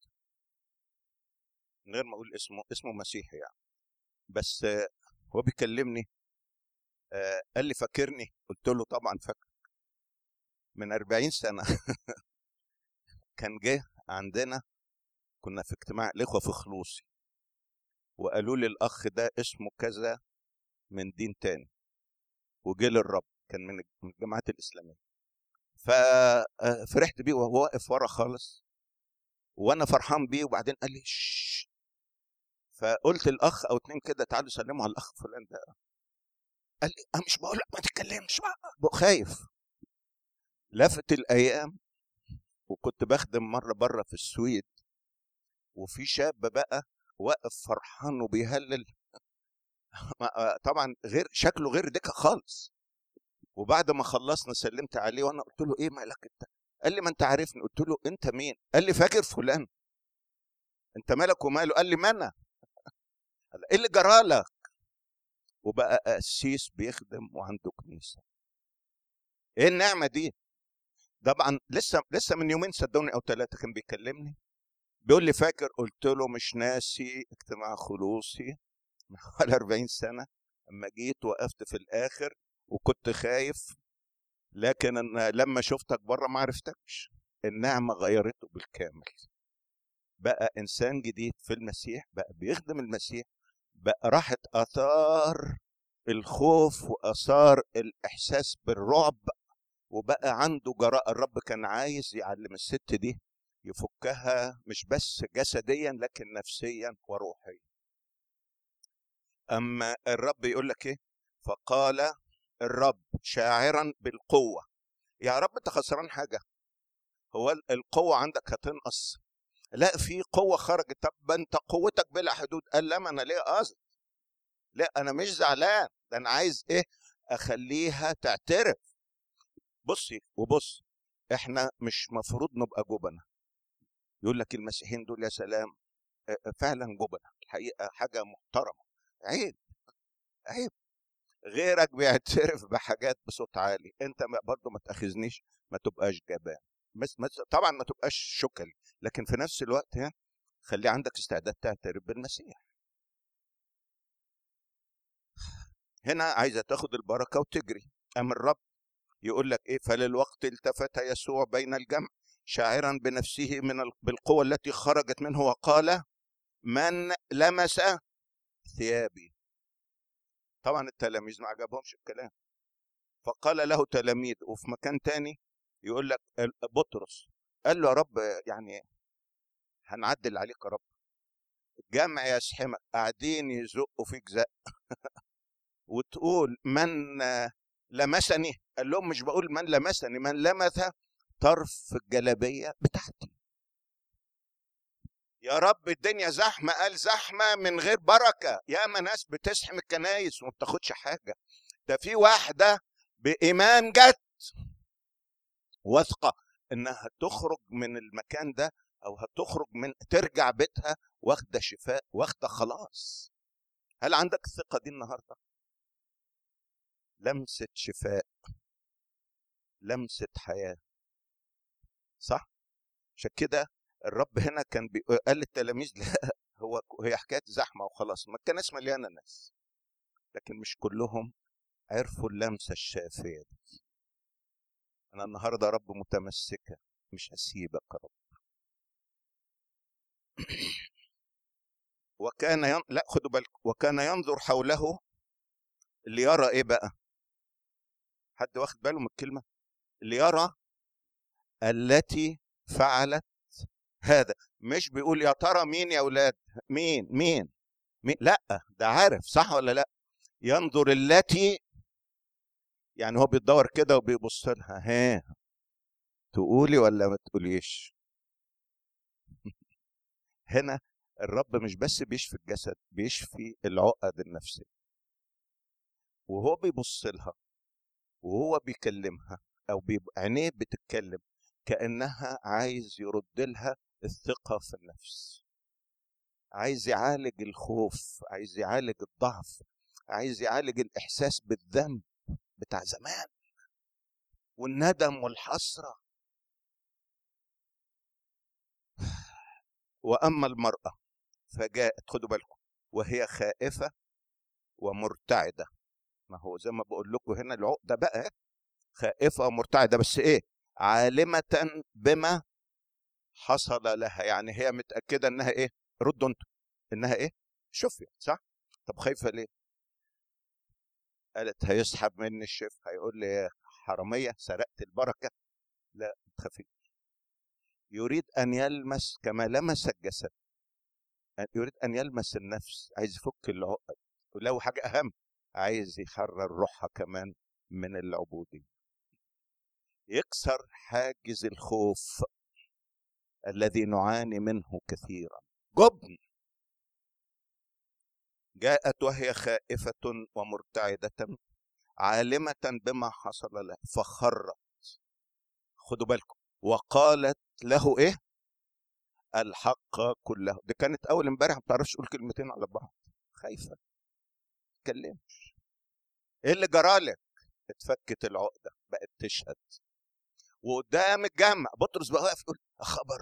Speaker 2: من غير ما اقول اسمه، اسمه مسيحي يعني، بس هو بيكلمني قال لي فاكرني؟ قلت له طبعا فاكر، من أربعين سنة كان جه عندنا، كنا في اجتماع الاخوه في خلوصي، وقالوا لي الاخ ده اسمه كذا من دين تاني، وجه للرب، كان من الجماعات الاسلاميه. ففرحت بيه وهو واقف ورا خالص، وانا فرحان بيه. وبعدين قال لي شش، فقلت الاخ او اتنين كده تعالوا سلموا على الاخ فلان ده. قال لي انا مش بقول لك ما تتكلمش بقى، خايف. لفت الايام وكنت بخدم مره بره في السويد، وفي شاب بقى واقف فرحان وبيهلل طبعا غير شكله غير ديكا خالص. وبعد ما خلصنا سلمت عليه وانا قلت له ايه مالك انت؟ قال لي ما انت عارفني. قلت له انت مين؟ قال لي فاكر فلان. انت مالك وماله؟ قال لي ما انا. ايه اللي جرالك؟ وبقى قسيس بيخدم وعنده كنيسه. ايه النعمه دي؟ طبعا لسه لسه من يومين صدقوني او ثلاثه كان بيكلمني بيقول لي فاكر؟ قلت له مش ناسي اجتماع خلوصي من حوالي أربعين سنه، اما جيت وقفت في الاخر وكنت خايف، لكن لما شفتك بره ما عرفتكش. النعمه غيرته بالكامل، بقى انسان جديد في المسيح، بقى بيخدم المسيح، بقى راحت اثار الخوف واثار الاحساس بالرعب، وبقى عنده جراءة. الرب كان عايز يعلم الست دي يفكها مش بس جسديا لكن نفسيا وروحيا. اما الرب يقول لك ايه؟ فقال الرب شاعرا بالقوة. يا رب انت خسران حاجة؟ هو القوة عندك هتنقص؟ لا في قوة خرجت. طب انت قوتك بلا حدود. قال لا ما انا ليه قصد، لا انا مش زعلان، ده انا عايز ايه؟ اخليها تعترف. بصي وبص، احنا مش مفروض نبقى جبنة. يقول لك المسيحيين دول يا سلام فعلا جبنة، الحقيقة حاجة محترمة. عيب عيب. غيرك بيعترف بحاجات بصوت عالي، انت برضو ما تاخذنيش ما تبقاش جبان، بس طبعا ما تبقاش شكل، لكن في نفس الوقت ها خلي عندك استعداد تعترف بالمسيح. هنا عايزة تاخد البركة وتجري. أم الرب يقول لك إيه؟ فللوقت التفت يسوع بين الجمع شاعرا بنفسه من بالقوة التي خرجت منه وقال من لمس ثيابي. طبعا التلاميذ ما عجبهمش الكلام، فقال له تلاميذ. وفي مكان تاني يقول لك بطرس قال له يا رب يعني هنعدل عليك يا رب، الجمع يسحمك قاعدين يزقوا فيك زق وتقول من لمسني. قال لهم مش بقول من لمسني، من لمس طرف الجلابيه بتاعتي. يا رب الدنيا زحمه. قال زحمه من غير بركه. ياما ناس بتزحم الكنايس وما بتاخدش حاجه. ده في واحده بايمان جت واثقه انها تخرج من المكان ده او هتخرج من ترجع بيتها واخده شفاء، واخده خلاص. هل عندك الثقه دي النهارده؟ لمسه شفاء، لمسه حياه، صح؟ عشان كده الرب هنا كان قال للتلاميذ لا، هو هي حكايه زحمه وخلاص، ما الكنائس مليانه ناس، لكن مش كلهم عرفوا اللمسه الشافيه دي. انا النهارده يا رب متمسكه، مش هسيبك يا رب. وكان ين... لا خدوا بالكم، وكان ينظر حوله ليرى ايه بقى؟ حد واخد باله من الكلمه؟ ليرى التي فعلت هذا. مش بيقول يا ترى مين يا اولاد، مين مين مين، لا ده عارف، صح ولا لا؟ ينظر التي، يعني هو بيدور كده وبيبص لها، ها تقولي ولا ما تقوليش؟ هنا الرب مش بس بيشفي الجسد، بيشفي العقد النفسية. وهو بيبص لها وهو بيكلمها، او عينيه بتتكلم، كأنها عايز يرد لها الثقة في النفس، عايز يعالج الخوف، عايز يعالج الضعف، عايز يعالج الإحساس بالذنب بتاع زمان والندم والحسرة. وأما المرأة فجاءت، خدوا بالكم، وهي خائفة ومرتعدة. ما هو زي ما بقول لكم هنا العقدة بقى، خائفة ومرتعدة، بس إيه؟ عالمة بما حصل لها. يعني هي متأكدة إنها إيه؟ ردوا أنتوا، إنها إيه؟ شفيت، صح؟ طب خايفة ليه؟ قالت هيسحب مني الشف، هيقول لي حرامية سرقت البركة. لا تخافي، يريد أن يلمس كما لمس الجسد، يريد أن يلمس النفس، عايز يفك العقد، ولو حاجة أهم عايز يحرر روحها كمان من العبودية، يكسر حاجز الخوف الذي نعاني منه كثيرا، جبن. جاءت وهي خائفة ومرتعدة عالمة بما حصل لها فخرت، خدوا بالكم، وقالت له ايه؟ الحق كله. دي كانت اول امبارح ما بتعرفش تقول كلمتين على بعض، خايفه تكلمش. ايه اللي جرالك؟ اتفكت العقده، بقت تشهد وقدام الجامع. بطرس بقى واقف يقول خبر،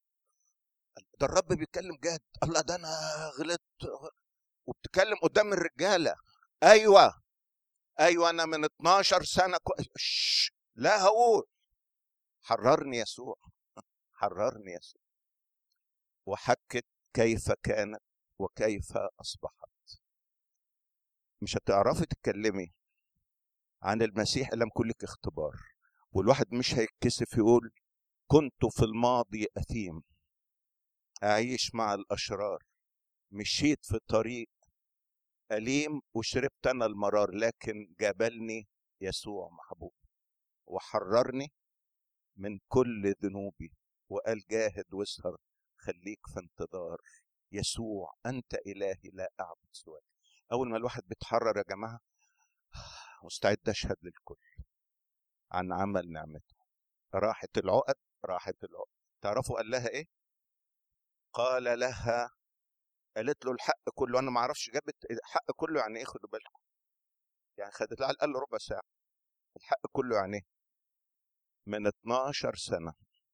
Speaker 2: ده الرب بيتكلم جد، الله ده انا غلطت، وبتكلم قدام الرجاله. ايوه ايوه انا من اتناشر سنه كو... شش. لا هقول حررني يسوع، حررني يسوع. وحكت كيف كانت وكيف اصبحت. مش هتعرفي تتكلمي عن المسيح الا لما لك اختبار، والواحد مش هيتكسف يقول كنت في الماضي اثيم، اعيش مع الاشرار، مشيت في طريق أليم وشربت أنا المرار، لكن جابلني يسوع محبوب وحررني من كل ذنوبي، وقال جاهد واسهر، خليك في انتظار يسوع، أنت إلهي لا أعبد سواك. أول ما الواحد بيتحرر يا جماعة مستعد أشهد للكل عن عمل نعمته. راحت العقد، راحت العقد. تعرفوا قال لها إيه؟ قال لها، قالت له الحق كله. أنا ما أعرفش جابت الحق كله يعني إيه، خدوا بالكم، يعني خدت لها على الأقل ربع ساعة. الحق كله يعني إيه؟ من اتناشر سنة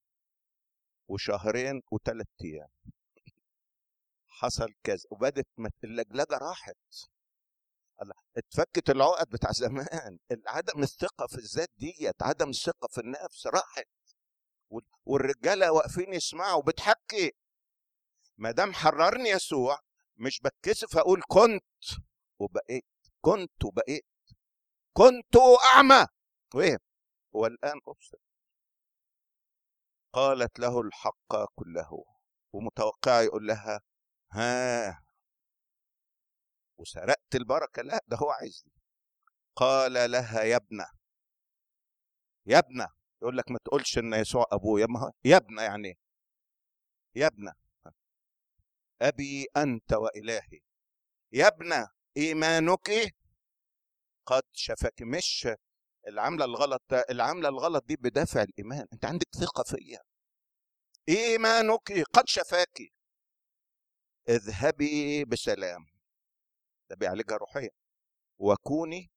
Speaker 2: وشهرين وثلاث أيام حصل كذا، وبدت اللجلجة راحت، الله اتفكت العقد بتاع زمان، عدم الثقة في الذات ديت، عدم الثقة في النفس راحت، والرجالة واقفين يسمعوا بتحكي. ما دام حررني يسوع مش بتكسف اقول كنت وبقيت، كنت وبقيت، كنت اعمى وايه والان ابصر. قالت له الحق كله، ومتوقع يقول لها ها وسرقت البركة، لا ده هو عايز لي. قال لها يا ابنة، يا ابنة، يقول لك ما تقولش ان يسوع ابويا، ما يا ابنة يعني يا ابنة ابي انت والهي، يا ابنة ايمانك قد شفاك. مش العملة الغلط، العملة الغلط دي بدافع الايمان، انت عندك ثقة فيا، ايمانك قد شفاك، اذهبي بسلام. ده بيعالجها روحيا. وكوني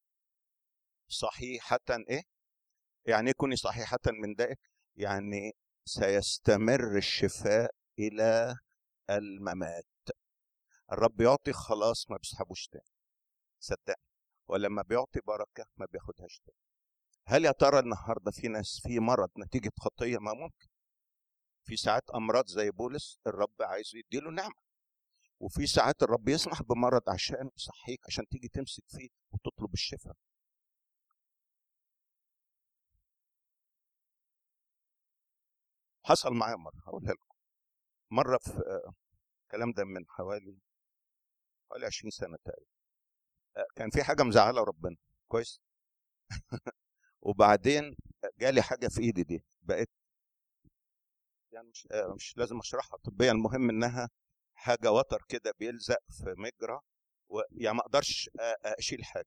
Speaker 2: صحيحة ايه؟ يعني ايه كوني صحيحة من دائك؟ يعني سيستمر الشفاء الى الممات. الرب يعطي خلاص ما بيسحبوش تاني، صدقني. ولما بيعطي بركة ما بياخدهاش تاني. هل يا ترى النهارده في ناس في مرض نتيجة خطية؟ ما ممكن. في ساعات امراض زي بولس الرب عايز يديله نعمة، وفي ساعات الرب يسمح بمرض عشان يصحيك، عشان تيجي تمسك فيه وتطلب الشفاء. حصل معايا مرة، هقولها لكم. مرة في الكلام ده من حوالي حوالي عشرين سنة تقريبا. كان في حاجة مزعلة ربنا كويس. وبعدين جالي حاجة في ايدي دي، بقيت يعني مش مش لازم اشرحها طبيا، المهم انها حاجة وتر كده بيلزق في مجرى، ويعني ما اقدرش اشيل حاجة.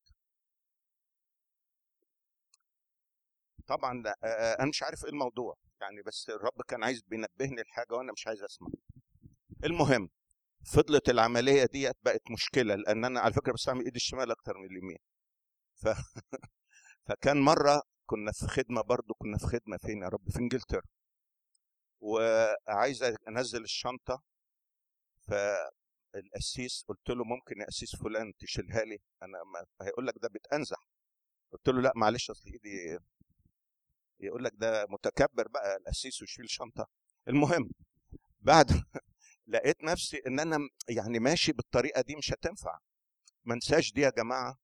Speaker 2: طبعا انا مش عارف ايه الموضوع يعني، بس الرب كان عايز بينبهني لحاجة وانا مش عايز اسمع. المهم فضلت العملية ديت بقت مشكلة، لان انا على فكرة بستعمل ايدي الشمال اكتر من اليمين. ف... فكان مرة كنا في خدمة، برضو كنا في خدمة فين يا رب، في انجلترا، وعايز انزل الشنطة. فالقسيس قلت له ممكن يا قسيس فلان تشيلها لي، انا ما هيقول لك ده بتأنزح. قلت له لا معلش اصل ايدي. يقول لك ده متكبر بقى القسيس ويشيل شنطة. المهم بعد لقيت نفسي ان انا يعني ماشي بالطريقة دي مش هتنفع. ما انساش دي يا جماعة،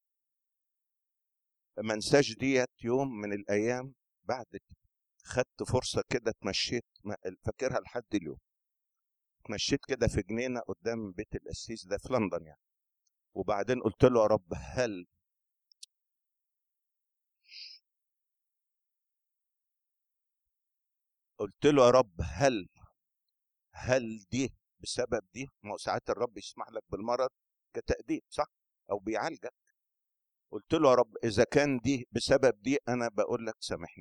Speaker 2: ما انساش ديت يوم من الايام. بعد خدت فرصة كده اتمشيت، فاكرها لحد اليوم. اتمشيت كده في جنينة قدام بيت القسيس ده في لندن يعني. وبعدين قلت له يا رب هل قلت له يا رب هل هل دي بسبب دي؟ ما هو ساعات الرب يسمح لك بالمرض كتأديب، صح؟ او بيعالجك. قلت له يا رب اذا كان دي بسبب دي، انا بقول لك سامحني،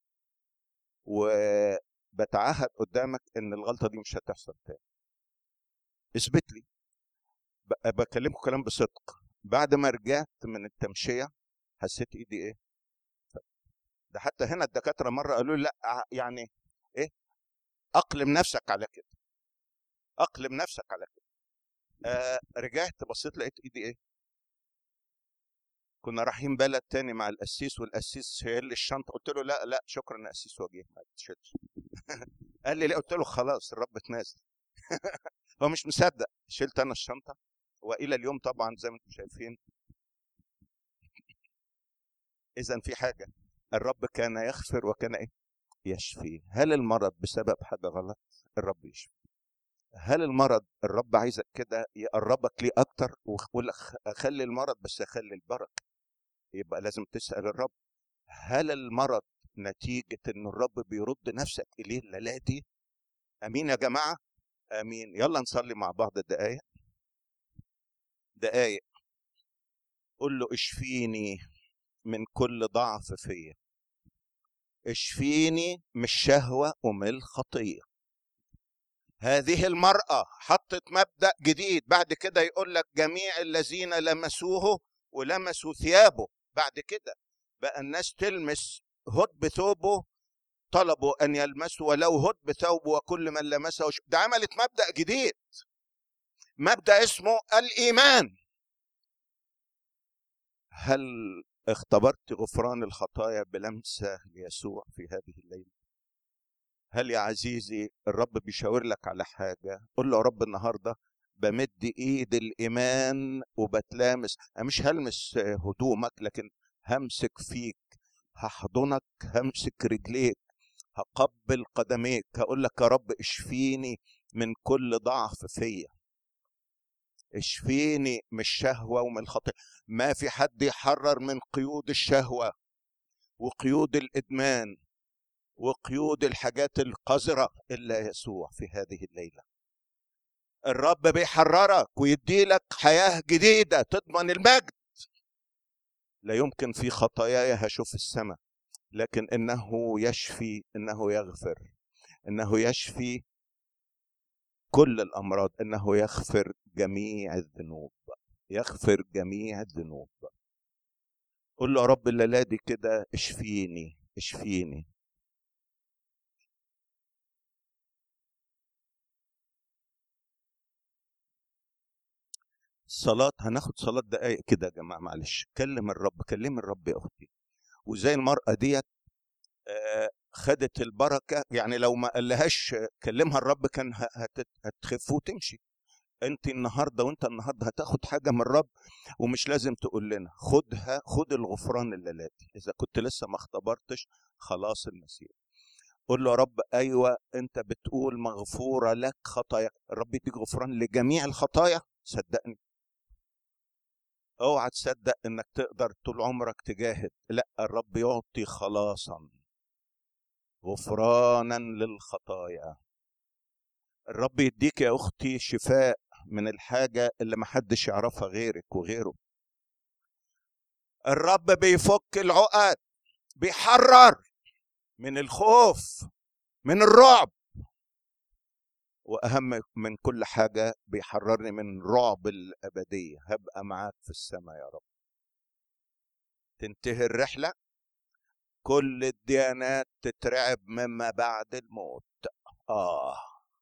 Speaker 2: وبتعهد قدامك ان الغلطة دي مش هتحصل تاني. اثبت لي. بكلمكم كلام بصدق. بعد ما رجعت من التمشية حسيت ايدي ايه؟ ده حتى هنا الدكاترة مرة قالوا لي لا يعني ايه، اقلم نفسك على كده، اقلم نفسك على كده. آه رجعت بصيت لقيت ايدي ايه؟ كنا رايحين بلد تاني مع القسيس، والقسيس شايل لي الشنطه. قلت له لا لا شكرا يا قسيس وجيه ما تشيلش. قال لي ليه؟ قلت له خلاص الرب اتنازل. هو مش مصدق. شلت انا الشنطه، والى اليوم طبعا زي ما انتم شايفين. اذا في حاجه، الرب كان يغفر وكان ايه؟ يشفي. هل المرض بسبب حاجه غلط؟ الرب يشفي. هل المرض الرب عايزك كده يقربك ليه اكتر ويقول لك اخلي المرض بس اخلي البركه؟ يبقى لازم تسال الرب. هل المرض نتيجه ان الرب بيرد نفسك اليه الليله دي؟ امين يا جماعه، امين. يلا نصلي مع بعض دقايق دقايق. قل له اشفيني من كل ضعف فيا، اشفيني من الشهوه ومن الخطيه. هذه المرأة حطت مبدأ جديد. بعد كده يقول لك جميع الذين لمسوه ولمسوا ثيابه. بعد كده بقى الناس تلمس هدب ثوبه، طلبوا أن يلمسوا ولو هدب ثوبه وكل من لمسه. ده عملت مبدأ جديد، مبدأ اسمه الإيمان. هل اختبرت غفران الخطايا بلمسة ليسوع في هذه الليلة؟ هل يا عزيزي الرب بيشاور لك على حاجة؟ قل له يا رب النهاردة بمد ايد الايمان وبتلامس. انا مش هلمس هدومك، لكن همسك فيك، هحضنك، همسك رجليك، هقبل قدميك، هقول لك يا رب اشفيني من كل ضعف فيا، اشفيني من الشهوة ومن الخطيئة. ما في حد يحرر من قيود الشهوة وقيود الإدمان وقيود الحاجات القذرة إلا يسوع في هذه الليلة. الرب بيحررك ويدي لك حياة جديدة تضمن المجد. لا يمكن في خطاياي هشوف السماء، لكن إنه يشفي، إنه يغفر. إنه يشفي كل الأمراض، إنه يغفر جميع الذنوب، يغفر جميع الذنوب. قل له يا رب الليلة دي كده اشفيني اشفيني. صلاة، هناخد صلاة دقايق كده يا جماعة، معلش. كلم الرب، كلم الرب يا أختي. وزي المرأة ديت آه خدت البركة، يعني لو ما قالهاش كلمها الرب كان هتخف وتمشي. انت النهاردة وانت النهاردة هتاخد حاجة من الرب ومش لازم تقول لنا. خدها، خد الغفران الليلة دي. إذا كنت لسه ما اختبرتش خلاص المسيح، قول له يا رب أيوة أنت بتقول مغفورة لك خطايا، الرب يديك غفران لجميع الخطايا. صدقني، اوعى تصدق انك تقدر طول عمرك تجاهد، لا، الرب يعطي خلاصا، غفرانا للخطايا. الرب يديك يا اختي شفاء من الحاجة اللي محدش يعرفها غيرك وغيره. الرب بيفك العقد، بيحرر من الخوف، من الرعب، واهم من كل حاجة بيحررني من رعب الابدية. هبقى معاك في السماء يا رب. تنتهي الرحلة، كل الديانات تترعب مما بعد الموت. آه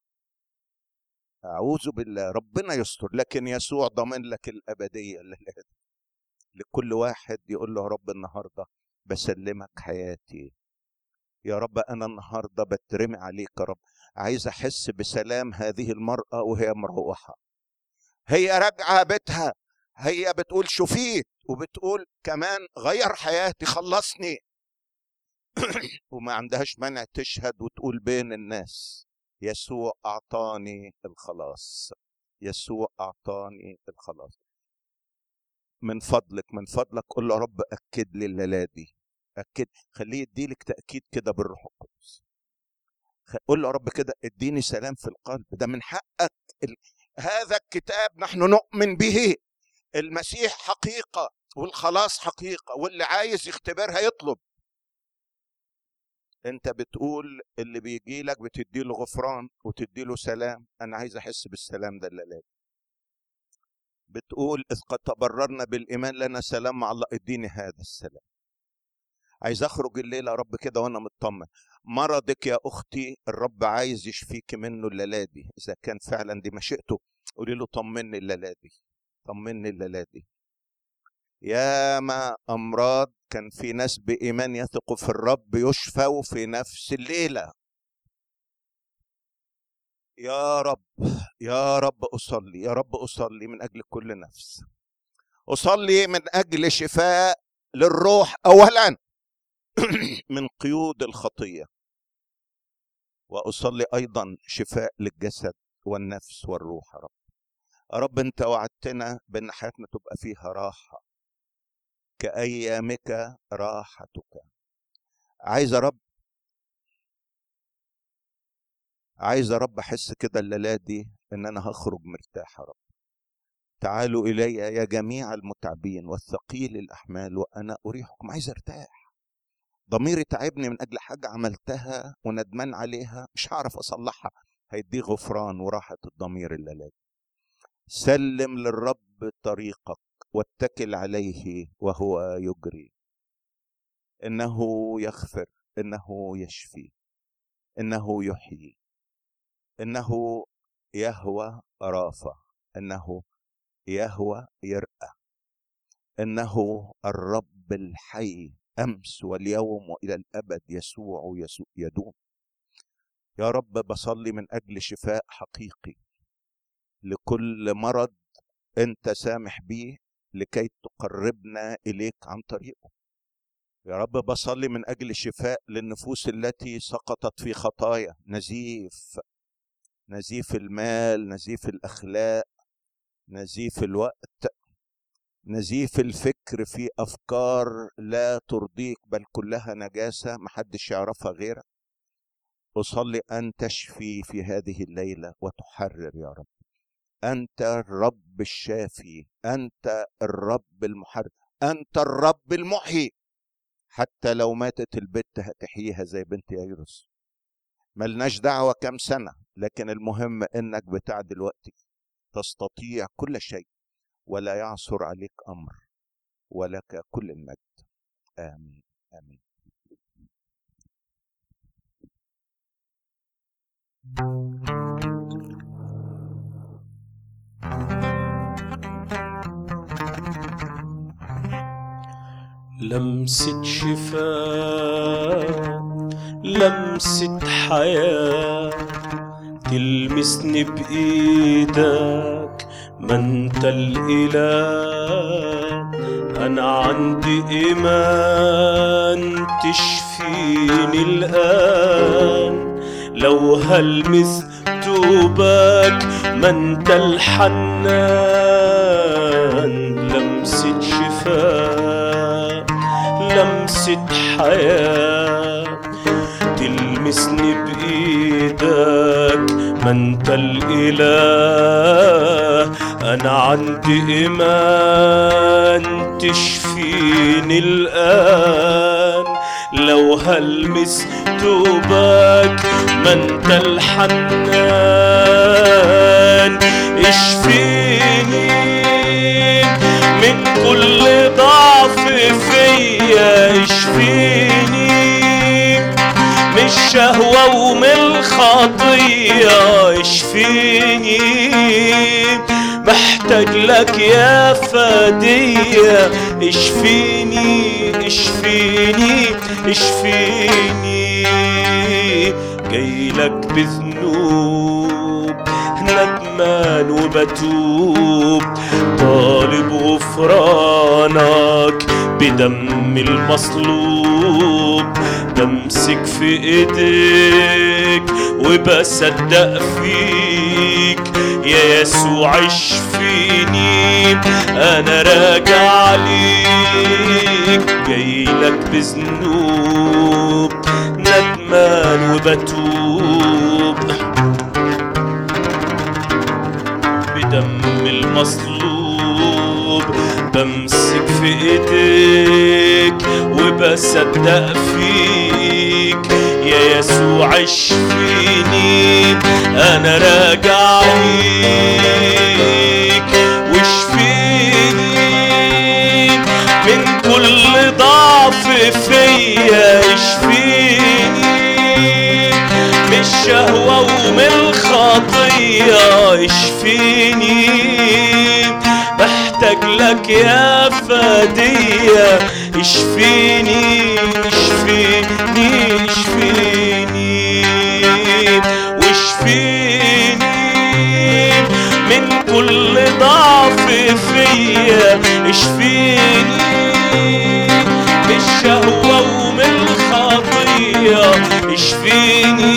Speaker 2: أعوذ بالله، ربنا يستر. لكن يسوع ضمن لك الأبدية. لكل واحد يقول له يا رب النهاردة بسلمك حياتي، يا رب أنا النهاردة بترمي عليك يا رب. عايز أحس بسلام هذه المرأة وهي مروحة، هي راجعة بيتها، هي بتقول شفيت، وبتقول كمان غير حياتي، خلصني. وما عندهاش مانع تشهد وتقول بين الناس يسوع أعطاني الخلاص، يسوع أعطاني الخلاص. من فضلك من فضلك قل له يا رب أكد لي الليلة دي، أكد، خليه يديلك تأكيد كده بالروح القدس. قل له يا رب كده اديني سلام في القلب، ده من حقك. ال... هذا الكتاب نحن نؤمن به، المسيح حقيقة والخلاص حقيقة، واللي عايز يختبرها يطلب. انت بتقول اللي بيجي لك بتدي له غفران وتدي له سلام. انا عايز احس بالسلام ده الليله دي. بتقول اذ قد تبررنا بالايمان لنا سلام مع الله، اديني هذا السلام. عايز اخرج الليله يا رب كده وانا مطمن. مرضك يا اختي الرب عايز يشفيك منه الليله دي، اذا كان فعلا دي مشيئته قولي له طمني الليله دي، طمني الليله دي. يا ما امراض كان في ناس بايمان يثقوا في الرب يشفوا في نفس الليله. يا رب يا رب أصلي، يا رب أصلي من أجل كل نفس، أصلي من أجل شفاء للروح أولا من قيود الخطية، وأصلي أيضا شفاء للجسد والنفس والروح. يا رب، يا رب أنت وعدتنا بأن حياتنا تبقى فيها راحة كأيامك راحتك. عايز يا رب، عايز يا رب أحس كده الليلة دي إن أنا هخرج مرتاح. يا رب تعالوا إلي يا جميع المتعبين والثقيل الأحمال وأنا أريحكم. عايز أرتاح، ضميري تعبني من أجل حاجة عملتها وندمان عليها مش هعرف أصلحها. هيدي غفران وراحة الضمير الليلة. سلم للرب طريقك واتكل عليه وهو يجري، إنه يغفر، إنه يشفي، إنه يحيي، إنه يهوى رافع، إنه يهوى يرأى، إنه الرب الحي أمس واليوم وإلى الأبد، يسوع يسوع يدوم. يا رب بصلي من أجل شفاء حقيقي لكل مرض أنت سامح به لكي تقربنا إليك عن طريقه. يا رب بصلي من أجل شفاء للنفوس التي سقطت في خطايا، نزيف، نزيف المال، نزيف الأخلاق، نزيف الوقت، نزيف الفكر في أفكار لا ترضيك بل كلها نجاسة محدش يعرفها غيرك. أصلي أن تشفي في هذه الليلة وتحرر يا رب. أنت الرب الشافي، أنت الرب المحرر، أنت الرب المحيي. حتى لو ماتت البت هتحييها زي بنت يايروس، ملناش دعوة كم سنة، لكن المهم انك بتاع دلوقتي تستطيع كل شيء ولا يعثر عليك امر، ولك كل المجد. امين امين.
Speaker 1: لمسة شفاء، لمسة حياة، تلمسني بإيدك، ما انت الإله. أنا عندي إيمان تشفيني الآن، لو هلمس توبك ما انت الحنان. لمسة شفاء، لمسة حياة، تلمسني بإيدك، ما انت الإله. أنا عندي إيمان تشفيني الآن، لو هلمس توبك ما انت الحنان. اشفيني من كل ضعف فيا، اشفيني من الشهوة ومن الخطية، اشفيني محتاج لك يا فدية. اشفيني اشفيني اشفيني، جايلك بذنوب ندمان وبتوب، طالب غفرانك بدم المصلوب. بمسك في ايديك وبصدق فيك يا يسوع، اشفيني انا راجع ليك. جايلك بذنوب ندمان وبتوب، بدم المصلوب. بمسك في ايديك وبصدق فيك يا يسوع، اشفيني انا راجع ليك. واشفيني من كل ضعف فيا، اشفيني من الشهوة ومن الخطية، اشفيني بحتاج لك يا فدية. اشفيني اشفيني اشفيني، واشفيني من كل ضعف فيا. اشفيني من الشهوة ومن الخطية، اشفيني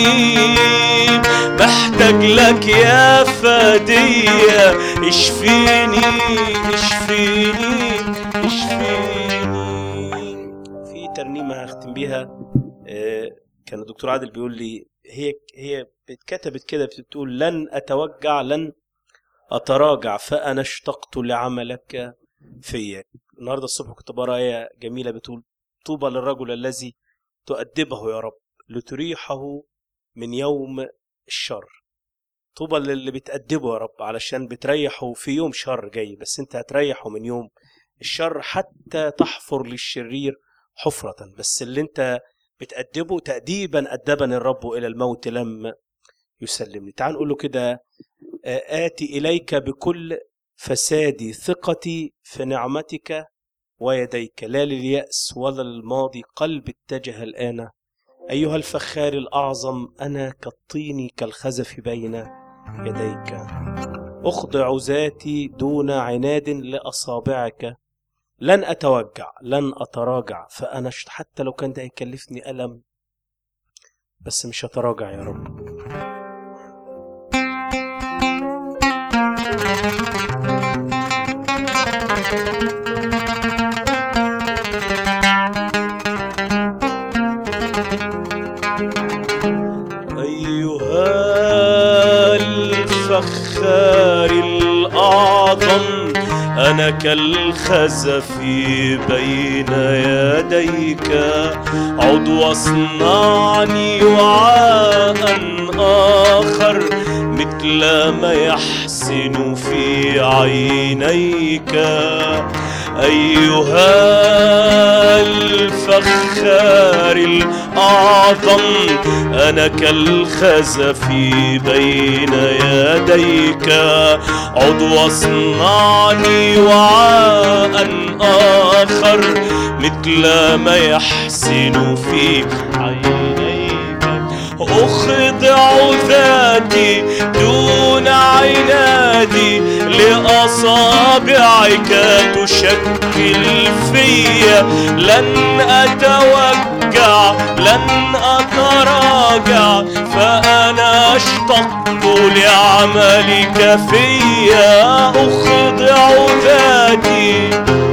Speaker 1: بحتاج لك يا فدية. اشفيني اشفيني اشفيني. في ترنيمة هختم بيها، كان الدكتور عادل بيقول لي هي هي اتكتبت كده، بتقول لن أتوجع لن أتراجع فأنا اشتقت لعملك فيا. النهاردة الصبح كنت بقرا آية جميلة بتقول طوبى للرجل الذي تؤدبه يا رب لتريحه من يوم الشر. طوبى للي بتأدبه يا رب علشان بتريحه في يوم شر جاي، بس انت هتريحه من يوم الشر حتى تحفر للشرير حفرة. بس اللي انت بتأدبه تأديبا أدبني الرب إلى الموت لم يسلمني. تعال نقول له كده، آتي إليك بكل فسادي، ثقتي في نعمتك ويديك، لا لليأس ولا للماضي، قلب اتجه الآن. أيها الفخار الأعظم أنا كالطين كالخزف بين يديك، أخضع ذاتي دون عناد لأصابعك. لن أتوجع لن أتراجع فأنا حتى لو كان ده يكلفني ألم، بس مش هتراجع يا رب. أيها الفخار الأعظم أنا كالخزف بين يديك، عد واصنعني وعاء آخر مثل ما يحسن في عينيك. أيها الفخار الأعظم، أنا كالخزف بين يديك، عد واصنعني وعاء آخر مثل ما يحسن في عينيك. أخضع ذاتي دون عنادي لأصابعك تشكل فيا، لن أتوجع لن أتراجع، فأنا أشتاق لعملك فيا. أخضع ذاتي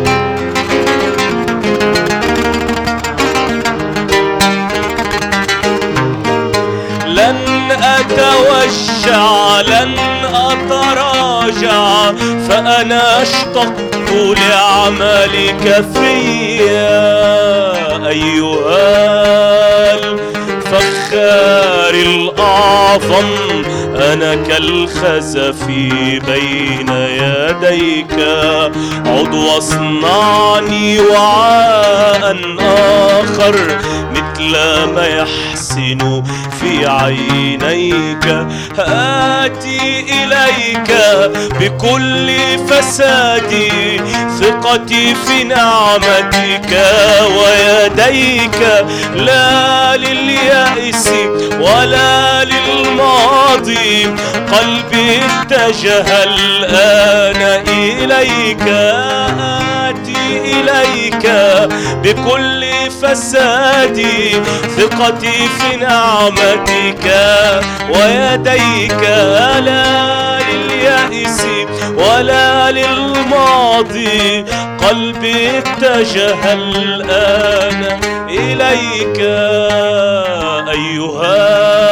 Speaker 1: لن أتوجع لن أتراجع، فأنا أشتاق لعملك فيا. أيها الفخار الأعظم، أنا كالخزف بين يديك، عد واصنعني وعاء آخر مثل ما يحسن في عينيك. آتي إليك بكل فسادي، ثقتي في نعمتك ويديك، لا لليأس ولا للماضي، قلبي اتجه الآن إليك. آتي إليك بكل فسادي، ثقتي في نعمتك ويديك، لا لليأس ولا للماضي، قلبي اتجه الآن إليك. أيها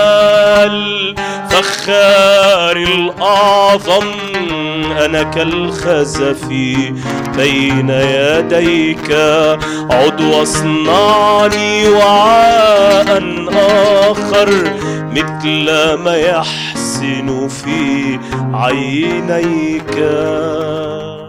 Speaker 1: الفخار الأعظم، أنا كالخزف بين يديك، عد واصنعني وعاء آخر مثل ما يحسن في عينيك.